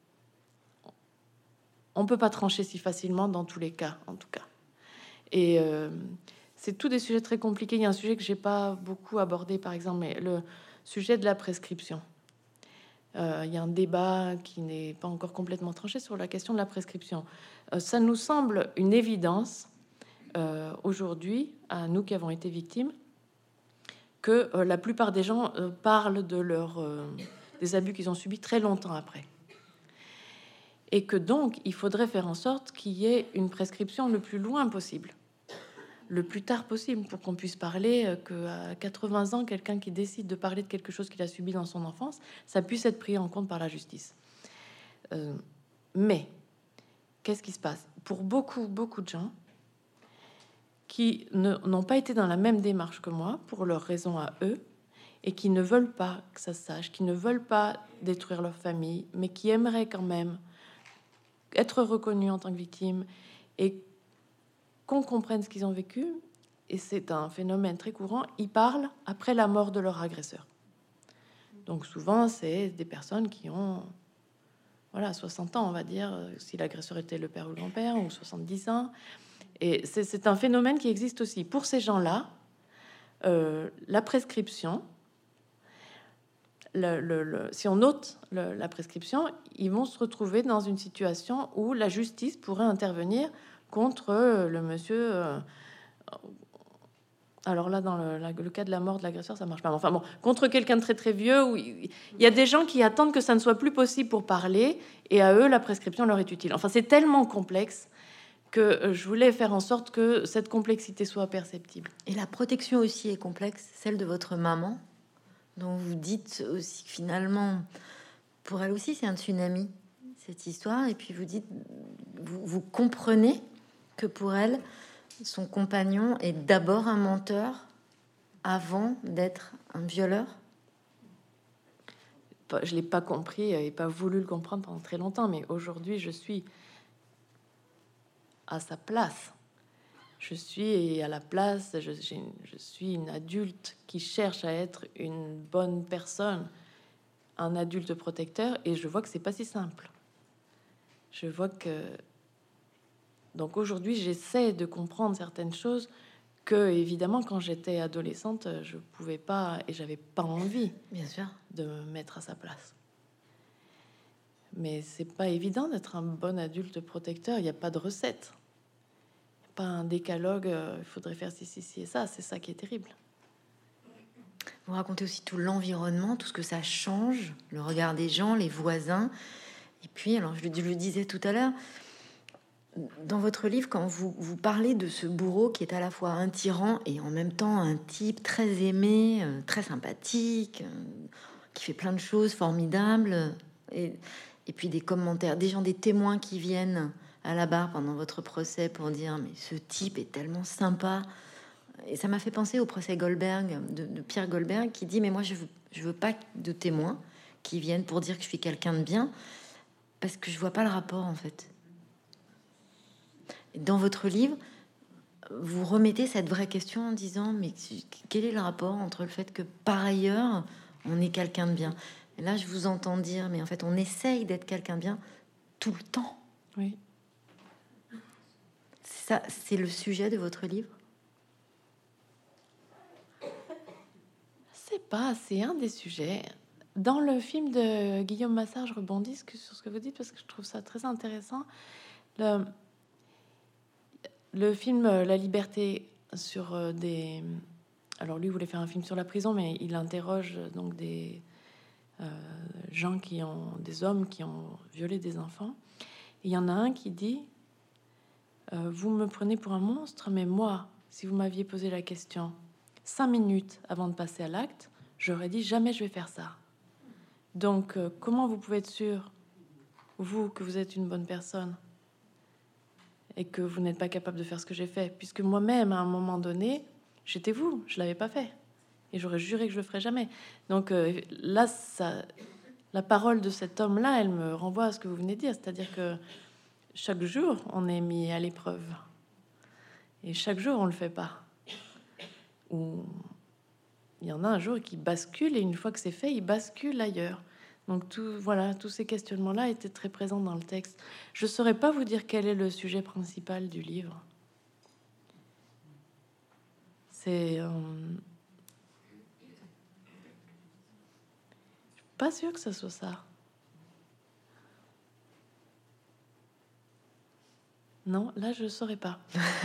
on peut pas trancher si facilement dans tous les cas, en tout cas. Et euh, c'est tous des sujets très compliqués. Il y a un sujet que j'ai pas beaucoup abordé, par exemple, mais le sujet de la prescription. Euh, il y a un débat qui n'est pas encore complètement tranché sur la question de la prescription. Euh, ça nous semble une évidence euh, aujourd'hui, à nous qui avons été victimes, que euh, la plupart des gens euh, parlent de leur, euh, des abus qu'ils ont subis très longtemps après. Et que donc, il faudrait faire en sorte qu'il y ait une prescription le plus loin possible, le plus tard possible, pour qu'on puisse parler, euh, qu'à quatre-vingts ans, quelqu'un qui décide de parler de quelque chose qu'il a subi dans son enfance, ça puisse être pris en compte par la justice. Euh, mais, qu'est-ce qui se passe? Pour beaucoup, beaucoup de gens qui ne, n'ont pas été dans la même démarche que moi, pour leurs raisons à eux, et qui ne veulent pas que ça se sache, qui ne veulent pas détruire leur famille, mais qui aimeraient quand même être reconnus en tant que victimes et qu'on comprenne ce qu'ils ont vécu, et c'est un phénomène très courant, ils parlent après la mort de leur agresseur. Donc souvent, c'est des personnes qui ont voilà, soixante ans, on va dire, euh, si l'agresseur était le père ou le grand-père, ou soixante-dix ans. Et c'est, c'est un phénomène qui existe aussi. Pour ces gens-là, euh, la prescription, le, le, le, si on ôte le, la prescription, ils vont se retrouver dans une situation où la justice pourrait intervenir contre euh, le monsieur. Euh, alors là, dans le, la, le cas de la mort de l'agresseur, ça marche pas. Enfin bon, contre quelqu'un de très très vieux, où il, il y a des gens qui attendent que ça ne soit plus possible pour parler, et à eux, la prescription leur est utile. Enfin, c'est tellement complexe que je voulais faire en sorte que cette complexité soit perceptible. Et la protection aussi est complexe, celle de votre maman, dont vous dites aussi que finalement, pour elle aussi, c'est un tsunami, cette histoire. Et puis vous dites, vous, vous comprenez que pour elle, son compagnon est d'abord un menteur avant d'être un violeur. Je l'ai pas compris et pas voulu le comprendre pendant très longtemps, mais aujourd'hui, je suis à sa place. Je suis à la place, je, je suis une adulte qui cherche à être une bonne personne, un adulte protecteur, et je vois que c'est pas si simple. Je vois que... Donc aujourd'hui, j'essaie de comprendre certaines choses que, évidemment, quand j'étais adolescente, je pouvais pas, et j'avais pas envie, bien sûr, de me mettre à sa place. Mais c'est pas évident d'être un bon adulte protecteur, il n'y a pas de recette. Pas un décalogue, euh, il faudrait faire ci, ci, ci et ça. C'est ça qui est terrible. Vous racontez aussi tout l'environnement, tout ce que ça change, le regard des gens, les voisins. Et puis, alors je le, je le disais tout à l'heure, dans votre livre, quand vous, vous parlez de ce bourreau qui est à la fois un tyran et en même temps un type très aimé, euh, très sympathique, euh, qui fait plein de choses formidables, et, et puis des commentaires, des gens, des témoins qui viennent à la barre pendant votre procès pour dire mais ce type est tellement sympa. Et ça m'a fait penser au procès Goldberg de, de Pierre Goldberg qui dit mais moi je veux, je veux pas de témoins qui viennent pour dire que je suis quelqu'un de bien parce que je vois pas le rapport en fait. Dans votre livre, vous remettez cette vraie question en disant mais quel est le rapport entre le fait que par ailleurs on est quelqu'un de bien. Et là je vous entends dire mais en fait on essaye d'être quelqu'un de bien tout le temps. Oui. Ça, c'est le sujet de votre livre? C'est pas, c'est un des sujets. Dans le film de Guillaume Massard, je rebondis sur ce que vous dites parce que je trouve ça très intéressant. Le, le film La Liberté sur des... Alors lui voulait faire un film sur la prison, mais il interroge donc des euh, gens qui ont... des hommes qui ont violé des enfants. Et il y en a un qui dit euh, vous me prenez pour un monstre, mais moi, si vous m'aviez posé la question cinq minutes avant de passer à l'acte, j'aurais dit jamais je vais faire ça. Donc, euh, comment vous pouvez être sûr, vous, que vous êtes une bonne personne et que vous n'êtes pas capable de faire ce que j'ai fait, puisque moi-même, à un moment donné, j'étais vous, je l'avais pas fait, et j'aurais juré que je le ferais jamais. Donc euh, là, ça, la parole de cet homme-là, elle me renvoie à ce que vous venez de dire, c'est-à-dire que chaque jour, on est mis à l'épreuve, et chaque jour, on le fait pas. Ou il y en a un jour qui bascule, et une fois que c'est fait, il bascule ailleurs. Donc tout, voilà, tous ces questionnements-là étaient très présents dans le texte. Je ne saurais pas vous dire quel est le sujet principal du livre. C'est... Euh... Je suis pas sûre que ce soit ça. Non, là, je ne saurais pas.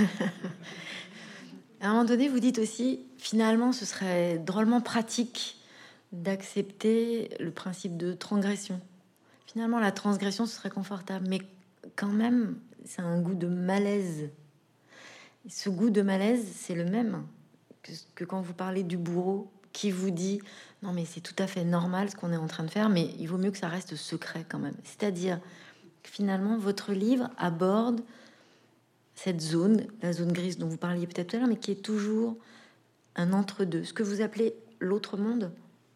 À un moment donné, vous dites aussi, finalement, ce serait drôlement pratique d'accepter le principe de transgression. Finalement, la transgression, ce serait confortable, mais quand même, c'est un goût de malaise. Et ce goût de malaise, c'est le même que, que quand vous parlez du bourreau qui vous dit « Non, mais c'est tout à fait normal ce qu'on est en train de faire, mais il vaut mieux que ça reste secret quand même. » C'est-à-dire que finalement, votre livre aborde cette zone, la zone grise dont vous parliez peut-être tout à l'heure, mais qui est toujours un entre-deux, ce que vous appelez l'autre monde.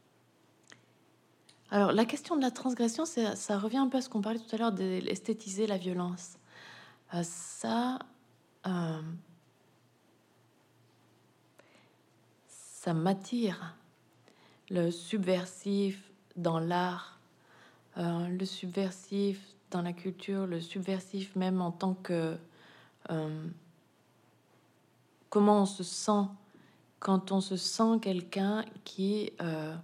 Alors, la question de la transgression, ça, ça revient un peu à ce qu'on parlait tout à l'heure d'esthétiser la violence. Euh, ça, euh, ça m'attire. Le subversif dans l'art, euh, le subversif dans la culture, le subversif même en tant que... Euh, comment on se sent quand on se sent quelqu'un qui euh,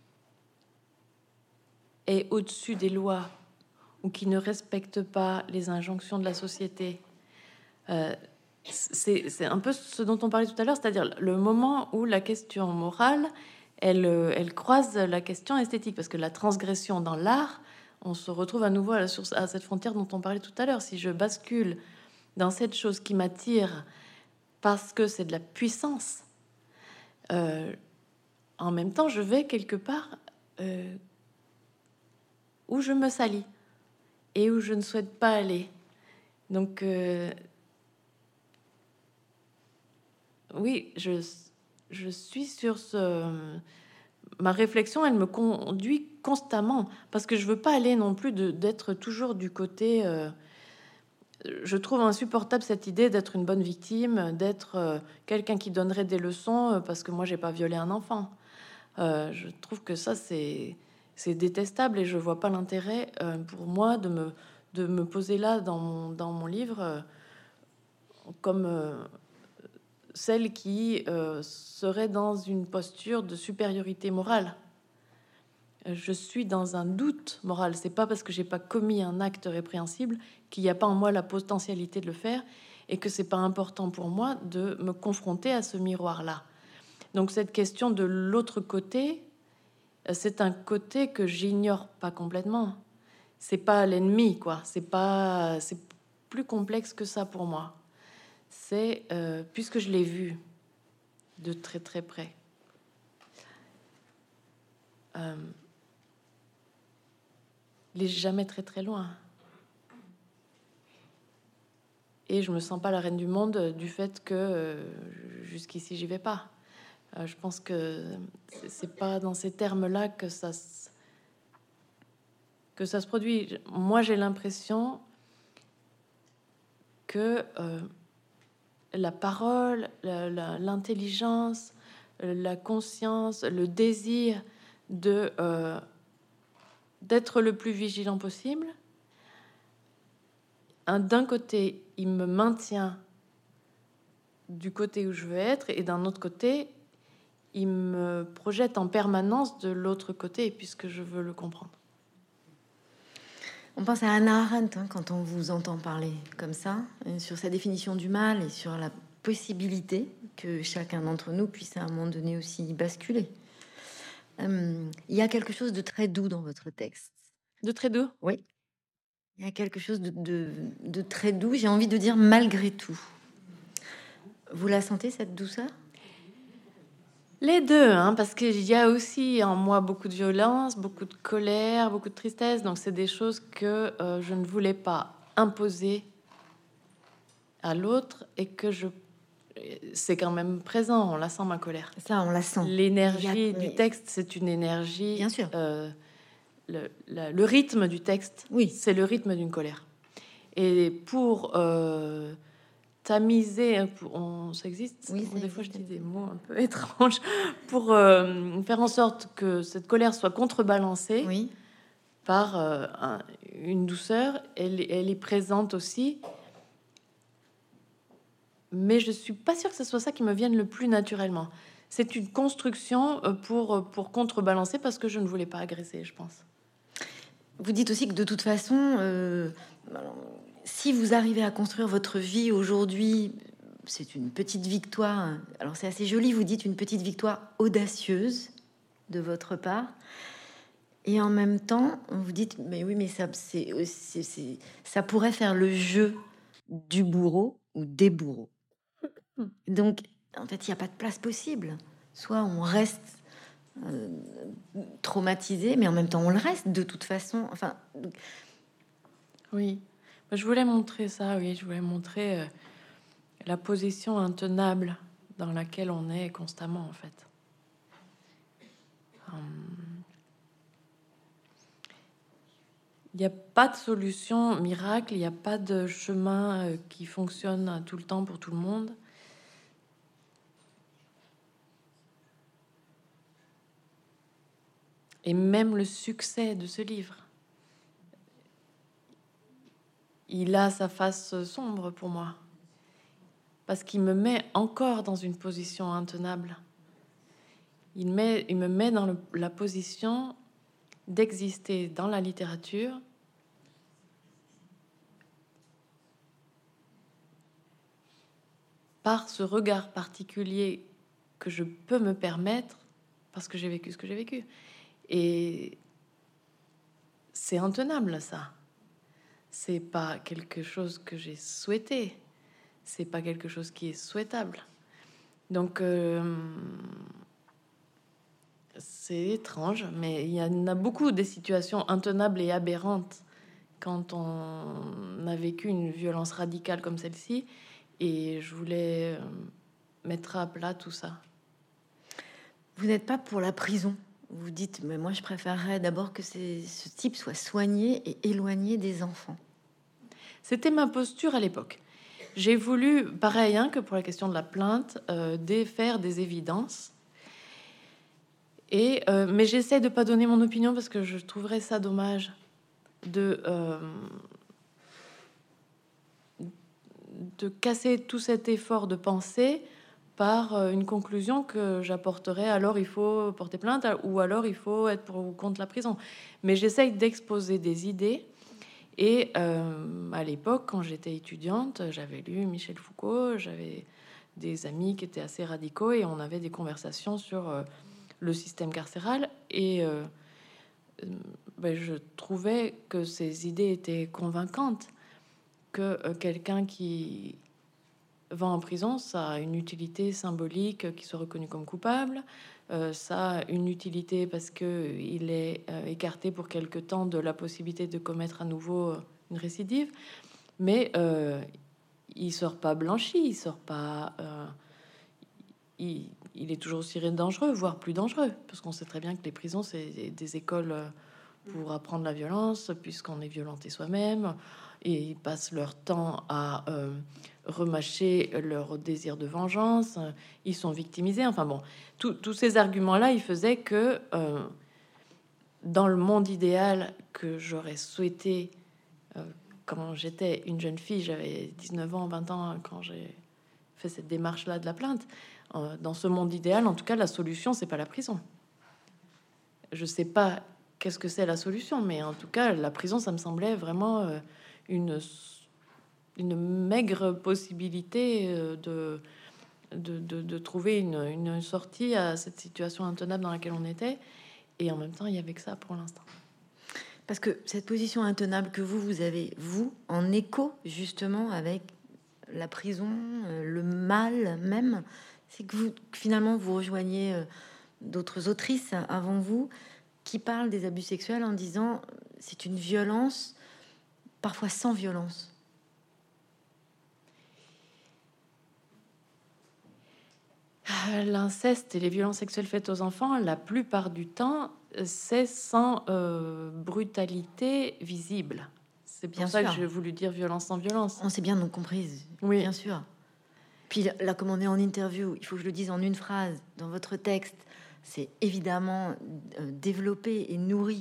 est au-dessus des lois ou qui ne respecte pas les injonctions de la société. Euh, c'est, c'est un peu ce dont on parlait tout à l'heure, c'est-à-dire le moment où la question morale, elle, elle croise la question esthétique, parce que la transgression dans l'art, on se retrouve à nouveau à, la source, à cette frontière dont on parlait tout à l'heure. Si je bascule dans cette chose qui m'attire parce que c'est de la puissance, euh, en même temps, je vais quelque part euh, où je me salis et où je ne souhaite pas aller. Donc, euh, oui, je, je suis sur ce... Ma réflexion, elle me conduit constamment, parce que je veux pas aller non plus de, d'être toujours du côté... Euh, je trouve insupportable cette idée d'être une bonne victime, d'être euh, quelqu'un qui donnerait des leçons euh, parce que moi, j'ai pas violé un enfant. Euh, je trouve que ça, c'est... C'est détestable et je vois pas l'intérêt euh, pour moi de me, de me poser là dans mon, dans mon livre euh, comme... Euh, celle qui euh, serait dans une posture de supériorité morale. Je suis dans un doute moral. C'est pas parce que j'ai pas commis un acte répréhensible qu'il n'y a pas en moi la potentialité de le faire et que c'est pas important pour moi de me confronter à ce miroir-là. Donc cette question de l'autre côté, c'est un côté que j'ignore pas complètement. C'est pas l'ennemi, quoi. C'est pas, c'est plus complexe que ça pour moi. C'est euh, puisque je l'ai vu de très très près. Euh, il est jamais très très loin. Et je me sens pas la reine du monde du fait que euh, jusqu'ici j'y vais pas. Euh, je pense que c'est, c'est pas dans ces termes-là que ça se, que ça se produit. Moi, j'ai l'impression que euh, la parole, la, la, l'intelligence, la conscience, le désir de euh, d'être le plus vigilant possible. Un, d'un côté, il me maintient du côté où je veux être, et d'un autre côté, il me projette en permanence de l'autre côté, puisque je veux le comprendre. On pense à Hannah Arendt hein, quand on vous entend parler comme ça, euh, sur sa définition du mal et sur la possibilité que chacun d'entre nous puisse à un moment donné aussi basculer. Euh, il y a quelque chose de très doux dans votre texte. De très doux? Oui. Il y a quelque chose de, de, de très doux, j'ai envie de dire malgré tout. Vous la sentez, cette douceur? Les deux, hein, parce qu'il y a aussi en moi beaucoup de violence, beaucoup de colère, beaucoup de tristesse. Donc c'est des choses que euh, je ne voulais pas imposer à l'autre et que je... C'est quand même présent, on la sent, ma colère. Ça, on la sent. L'énergie a... du texte, c'est une énergie... Bien sûr. Euh, le, la, le rythme du texte, oui, c'est le rythme d'une colère. Et pour... Euh, tamiser, on, ça existe. Oui, ça des existe. Fois, je dis des mots un peu étranges pour euh, faire en sorte que cette colère soit contrebalancée oui. par euh, un, une douceur. Elle, elle est présente aussi, mais je suis pas sûre que ce soit ça qui me vienne le plus naturellement. C'est une construction pour pour contrebalancer parce que je ne voulais pas agresser, je pense. Vous dites aussi que de toute façon, euh, alors, si vous arrivez à construire votre vie aujourd'hui, c'est une petite victoire. Alors c'est assez joli, vous dites une petite victoire audacieuse de votre part. Et en même temps, vous dites, mais oui, mais ça, c'est, c'est, c'est, ça pourrait faire le jeu du bourreau ou des bourreaux. Donc, en fait, il n'y a pas de place possible. Soit on reste euh, traumatisé, mais en même temps, on le reste de toute façon. Enfin, oui, je voulais montrer ça. Oui, je voulais montrer euh, la position intenable dans laquelle on est constamment, en fait. Il n'y a pas de solution miracle, il n'y a pas de chemin euh, qui fonctionne tout le temps pour tout le monde. Et même le succès de ce livre il a sa face sombre pour moi, parce qu'il me met encore dans une position intenable. Il, met, il me met dans le, la position d'exister dans la littérature par ce regard particulier que je peux me permettre parce que j'ai vécu ce que j'ai vécu. Et c'est intenable, ça. C'est pas quelque chose que j'ai souhaité. C'est pas quelque chose qui est souhaitable. Donc, euh, c'est étrange, mais il y en a beaucoup des situations intenables et aberrantes quand on a vécu une violence radicale comme celle-ci. Et je voulais mettre à plat tout ça. Vous n'êtes pas pour la prison. Vous dites, mais moi je préférerais d'abord que ces, ce type soit soigné et éloigné des enfants. C'était ma posture à l'époque. J'ai voulu, pareil hein, que pour la question de la plainte, euh, défaire des évidences. Et, euh, mais j'essaie de pas donner mon opinion parce que je trouverais ça dommage de, euh, de casser tout cet effort de pensée par une conclusion que j'apporterais. Alors il faut porter plainte ou alors il faut être pour ou contre la prison. Mais j'essaye d'exposer des idées. Et euh, à l'époque, quand j'étais étudiante, j'avais lu Michel Foucault, j'avais des amis qui étaient assez radicaux et on avait des conversations sur euh, le système carcéral. Et euh, ben, je trouvais que ces idées étaient convaincantes, que euh, quelqu'un qui va en prison, ça a une utilité symbolique qui soit reconnu comme coupable. Euh, ça a une utilité parce que il est euh, écarté pour quelque temps de la possibilité de commettre à nouveau une récidive. Mais euh, il sort pas blanchi, il sort pas. Euh, il, il est toujours aussi dangereux, voire plus dangereux, parce qu'on sait très bien que les prisons c'est des écoles pour apprendre la violence, puisqu'on est violenté soi-même. Et ils passent leur temps à euh, remâcher leur désir de vengeance. Ils sont victimisés. Enfin bon, tous ces arguments-là, ils faisaient que euh, dans le monde idéal que j'aurais souhaité euh, quand j'étais une jeune fille, j'avais dix-neuf ans, vingt ans, quand j'ai fait cette démarche-là de la plainte. Euh, dans ce monde idéal, en tout cas, la solution, c'est pas la prison. Je sais pas qu'est-ce que c'est la solution, mais en tout cas, la prison, ça me semblait vraiment... Euh, Une, une maigre possibilité de, de, de, de trouver une, une sortie à cette situation intenable dans laquelle on était. Et en même temps, il y avait que ça pour l'instant. Parce que cette position intenable que vous, vous avez, vous, en écho justement avec la prison, le mal même, c'est que vous, finalement, vous rejoignez d'autres autrices avant vous qui parlent des abus sexuels en disant c'est une violence parfois sans violence. L'inceste et les violences sexuelles faites aux enfants, la plupart du temps, c'est sans euh, brutalité visible. C'est pour bien ça sûr. Que j'ai voulu dire violence sans violence. On s'est bien donc comprise, oui. Bien sûr. Puis là, comme on est en interview, il faut que je le dise en une phrase. Dans votre texte, c'est évidemment euh, développé et nourri.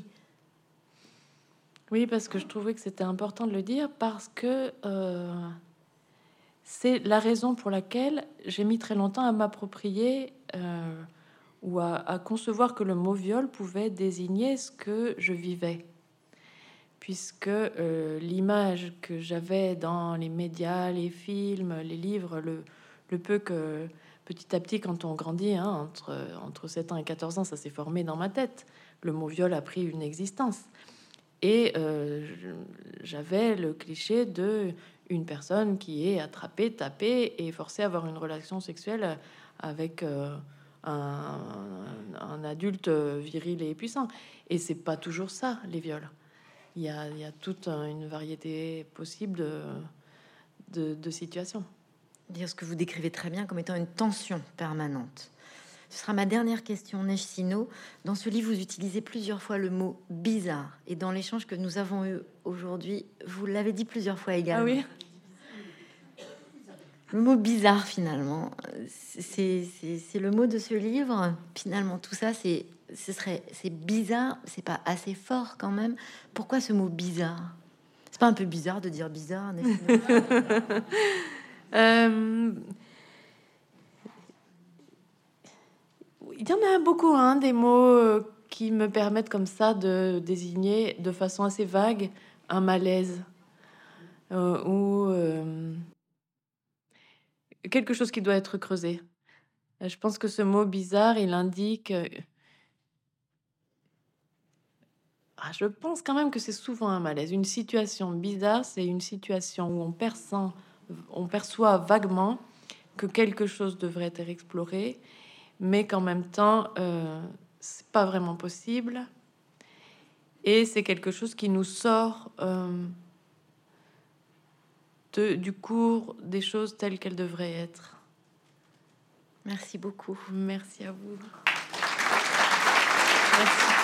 Oui, parce que je trouvais que c'était important de le dire, parce que euh, c'est la raison pour laquelle j'ai mis très longtemps à m'approprier euh, ou à, à concevoir que le mot viol pouvait désigner ce que je vivais. Puisque euh, l'image que j'avais dans les médias, les films, les livres, le, le peu que petit à petit, quand on grandit, hein, entre, entre sept ans et quatorze ans, ça s'est formé dans ma tête. Le mot viol a pris une existence. Et euh, j'avais le cliché de une personne qui est attrapée, tapée et forcée à avoir une relation sexuelle avec euh, un, un adulte viril et puissant. Et c'est pas toujours ça, les viols. Il y a, il y a toute une variété possible de, de, de situations. Dire ce que vous décrivez très bien comme étant une tension permanente. Ce sera ma dernière question, Neige Sino. Dans ce livre, vous utilisez plusieurs fois le mot bizarre. Et dans l'échange que nous avons eu aujourd'hui, vous l'avez dit plusieurs fois également. Ah oui. Le mot bizarre, finalement, c'est le mot de ce livre. Finalement, tout ça, c'est ce serait c'est bizarre. C'est pas assez fort quand même. Pourquoi ce mot bizarre? C'est pas un peu bizarre de dire bizarre, n'est-ce Euh, Il y en a beaucoup, hein, des mots euh, qui me permettent comme ça de désigner de façon assez vague un malaise euh, ou euh, quelque chose qui doit être creusé. Euh, Je pense que ce mot bizarre, il indique... euh, ah, je pense quand même que c'est souvent un malaise. Une situation bizarre, c'est une situation où on perçoit, on perçoit vaguement que quelque chose devrait être exploré, mais qu'en même temps, euh, c'est pas vraiment possible. Et c'est quelque chose qui nous sort euh, de, du cours des choses telles qu'elles devraient être. Merci beaucoup. Merci à vous. Merci.